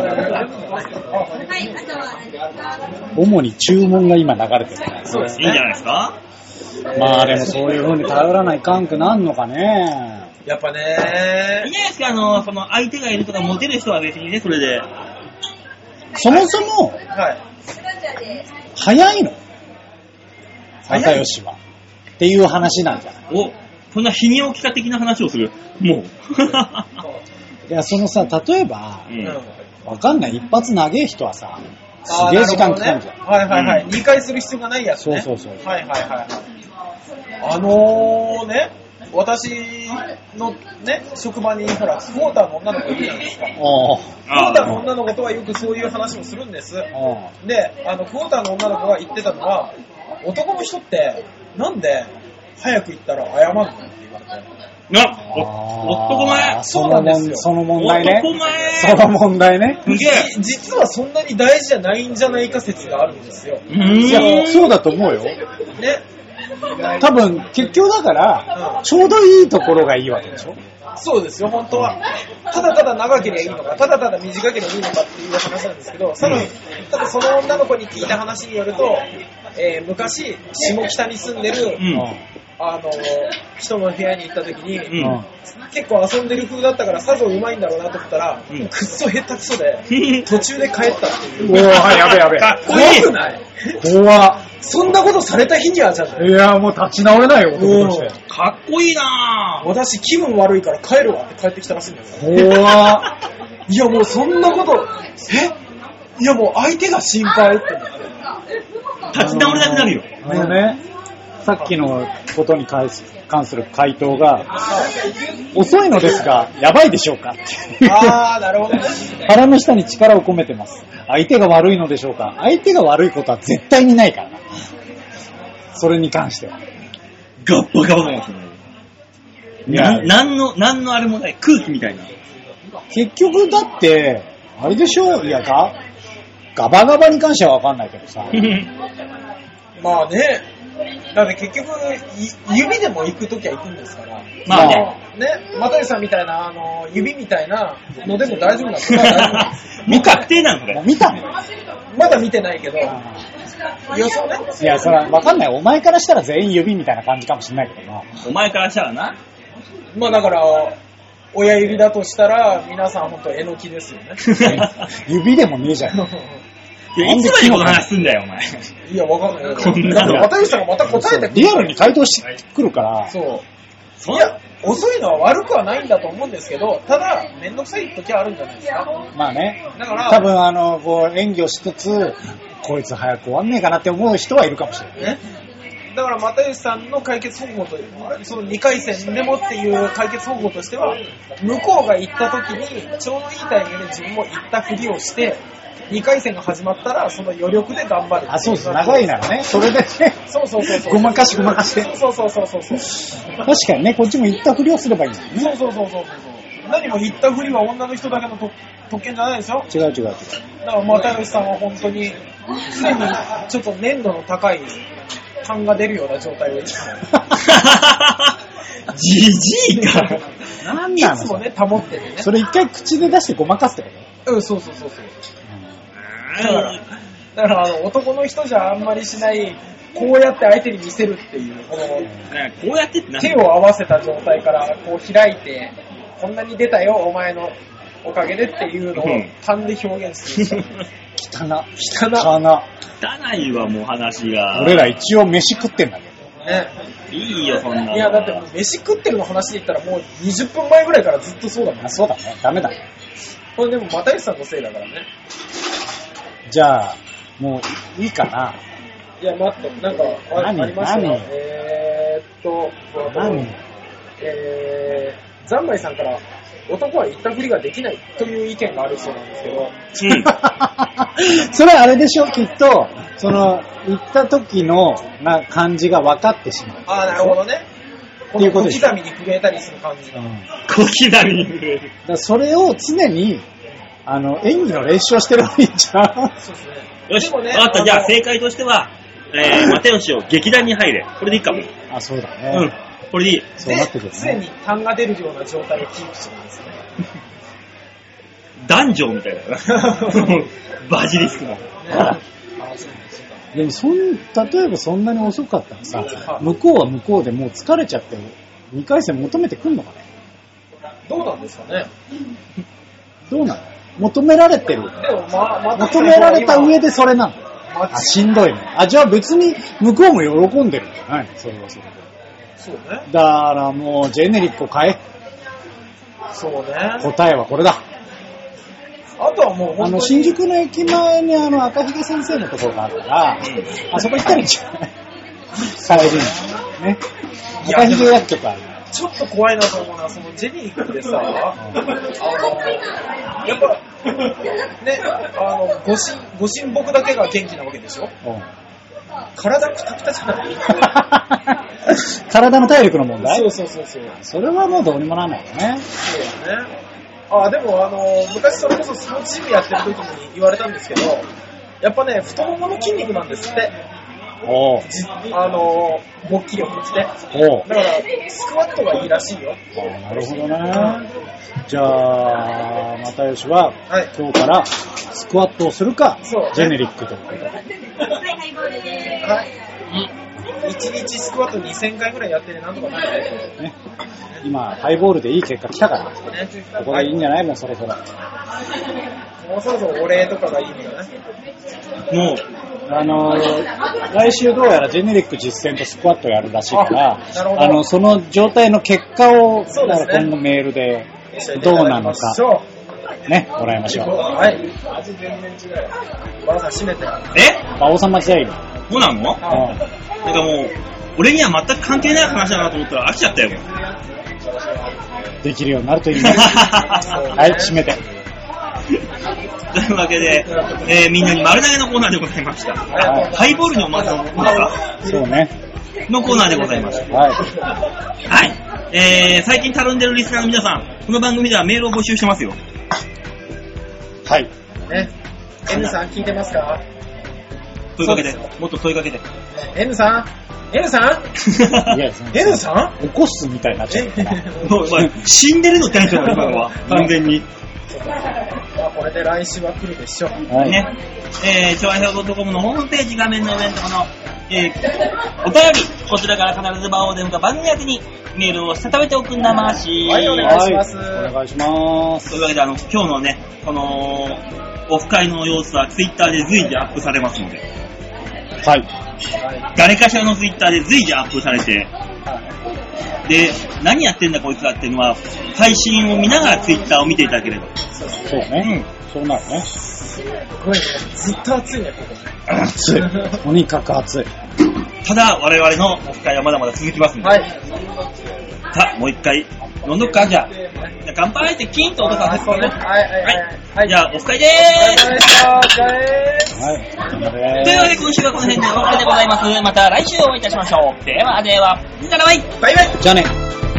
主に注文が今流れてるから。 そうですね。いいんじゃないですか。 まあでもそういう風に頼らないかんくなんのかね。 やっぱね。 いいんじゃないですか。その相手がいるとかモテる人は別にね、それで。 そもそも、早いの又吉は。っていう話なんじゃない？ そんな日に起きた的な話をする。もう。 いや、例えば、わかんない。一発長え人はさ、すげえ時間かかるじゃん。 はい。2回する必要がないやつね。 そう。 はい。私のね、職場にほら、クォーターの女の子いるじゃないですか。クォーターの女の子とはよくそういう話をするんです。で、クォーターの女の子が言ってたのは、男の人って、なんで早く行ったら謝るのって言われて。 男前。 そうなんですよ。 その問題ね。 男前。 その問題ね。 実はそんなに大事じゃないんじゃないか説があるんですよ。 いや、そうだと思うよ。 ね。 多分、結局だから、ちょうどいいところがいいわけでしょ。 そうですよ、本当は。ただただ長ければいいのか、ただただ短ければいいのかっていう話なんですけど、ただその女の子に聞いた話によると、昔、下北に住んでる、人の部屋に行った時に、結構遊んでる風だったからさぞうまいんだろうなと思ったら、くっそ下手くそで、途中で帰ったっていう。 おー、やべやべ。 かっこいいくない？ 怖っ。 そんなことされた日にはじゃない。 いや、もう立ち直れないよ、男として。 かっこいいなぁ。 私気分悪いから帰るわって帰ってきたらしいんですよ。 怖っ。 いや、もうそんなこと、いや、もう相手が心配って思って。 立ち直れなくなるよ。 ね、さっきのことに関する回答が、遅いのですが、やばいでしょうかっていう。 あー、なるほどね。 腹の下に力を込めてます。相手が悪いのでしょうか。相手が悪いことは絶対にないからな。それに関しては。 ガッバガバなんですね。なんのあれもない。空気みたいな。 結局だって、あれでしょ？いや、ガバガバに関してはわかんないけどさ。 まあね。だって結局、指でも行くときは行くんですから。 まあね。 ね、又吉さんみたいな、指みたいなのでも大丈夫なんですか？大丈夫なんです。 もう確定なのこれ。 見たの？ まだ見てないけど。予想ね。 いや、それはわかんない。お前からしたら全員指みたいな感じかもしれないけどな。 お前からしたらな。 まあだから、親指だとしたら、皆さん本当えのきですよね。 指でもねえじゃん。 いや、いつまでこの話すんだよ、お前。 いや、わかんないよ。 こんなの。 又吉さんがまた答えてくる。 リアルに回答してくるから。 そう。いや、遅いのは悪くはないんだと思うんですけど、ただ、めんどくさい時はあるんじゃないですか。 まあね。 だから、 多分こう、演技をしつつ、こいつ早く終わんねえかなって思う人はいるかもしれないね。 だから、又吉さんの解決方法と、その2回戦でもっていう解決方法としては、向こうが行った時に、ちょうどいいタイミングで自分も行ったふりをして、2回戦が始まったら、その余力で頑張る。 あ、そうです。長いならね。それでね。 そう。 ごまかして。 そう。確かにね、こっちも行ったふりをすればいいんだよね。 そう。何も言ったふりは女の人だけの特権じゃないでしょ？ 違う。 だから又吉さんは本当に、常にちょっと粘度の高い感が出るような状態をいつも。 じじいか。 なんなの？ いつもね、保ってるね。 それ一回口で出してごまかすってこと？ うん、そう。だから男の人じゃあんまりしない、こうやって相手に見せるっていう、こうやって手を合わせた状態からこう開いて、こんなに出たよ、お前のおかげでっていうのを勘で表現する。 汚いわ、もう話が。 俺ら一応飯食ってんだけど。 ね。 いいよ、そんなの。 いや、だってもう飯食ってるの話で言ったらもう20分前ぐらいからずっとそうだもん。 そうだね。ダメだ。 これでも又吉さんのせいだからね。 じゃあ、もういいかな。 いや、待って、なんかありましたよ。ザンマイさんから、男は言ったふりができないという意見があるそうなんですけど。 それはあれでしょ、きっと、言った時の感じが分かってしまう。 ああ、なるほどね。 っていうことでしょ。 小刻みに震えたりする感じ。 小刻みに震える。 だそれを常に、演技の練習をしてればいいんじゃん。 そうですね。 よし、分かった。じゃあ正解としては、又吉を劇団に入れ。これでいいかも。 あ、そうだね。 うん。これでいい。 そうなってくるね。 常に痰が出るような状態をキープしてるんですね。 男女みたいな。バジリスクの。 でも例えばそんなに遅かったらさ、向こうは向こうでもう疲れちゃって2回戦求めてくんのかね。 どうなんですかね。 どうなの？求められてる。 でも求められた上でそれなの。あ、しんどいね。あ、じゃあ別に向こうも喜んでるんじゃないの？それはそれで。 そうね。 だからもうジェネリックを変え。 そうね。 答えはこれだ。 あとはもう本当に新宿の駅前に赤ひげ先生のところがあるから、あそこ行ったらいいんじゃない？帰りに。ね。赤ひげ薬局ある。 ちょっと怖いなと思うのは、そのジェニーってさ、やっぱ、ね、ご神木だけが元気なわけでしょ？体クタクタじゃない？ 体の体力の問題？ そうそうそうそう。 それはもうどうにもならないよね。 そうだね。でも昔それこそスポーツジムやってる時に言われたんですけど、やっぱね、太ももの筋肉なんですって。勃起力って。だから、スクワットがいいらしいよ。 なるほどね。じゃあ、又吉は、今日からスクワットをするか、ジェネリックということで。 はい。1日スクワット2000回ぐらいやってね、なんとかなるね。 今、ハイボールでいい結果来たから、ここでいいんじゃない？もうそろそろ。 もうそろそろお礼とかがいいんだね。 もう、 来週どうやらジェネリック実践とスクワットやるらしいから、その状態の結果を、今後メールでどうなのか、ね、もらいましょう。 はい。味全然違う。バオさん閉めて。 馬王さん間違いる。 そうなの？なんかもう、俺には全く関係ない話だなと思ったら飽きちゃったよ。 できるようになるといいね。はい、閉めて。 というわけで、みんなに丸投げのコーナーでございました。ハイボールにおまずのコーナーか？ そうね。 のコーナーでございました。はい。最近たるんでるリスナーの皆さん、この番組ではメールを募集してますよ。 はい。 ね。N さん聞いてますか？ 問いかけて。もっと問いかけて。 N さん？N さん？ いや、 N さん？ 起こすみたいになっちゃった。 死んでるのテンションだ、今のは。完全に。 これで来週は来るでしょう。 はい。 ね。調和表.com のホームページ画面の上のところの、お便り、こちらから必ず場を出るか番組宛てにメールをしたためておくんなまし。 はい、お願いします。 お願いします。 というわけで、今日のね、この、オフ会の様子はツイッターで随時アップされますので。 はい。 誰かしらのツイッターで随時アップされて、で、何やってんだこいつらっていうのは、配信を見ながらツイッターを見ていただければ。 そうね。そうなるね。 すごいね。ずっと暑いね、ここ。 暑い。とにかく暑い。 ただ、我々のオフ会はまだまだ続きますので。 はい。 さあ、もう一回、飲んどくか、じゃあ。乾杯ってキーンと音がするね。はい。じゃあ、オフ会でーす。 お疲れ様でした。お疲れーす。 はい。 というわけで、今週はこの辺でお別れでございます。また来週お会いいたしましょう。ではでは、じゃあバイバイ。 じゃあね。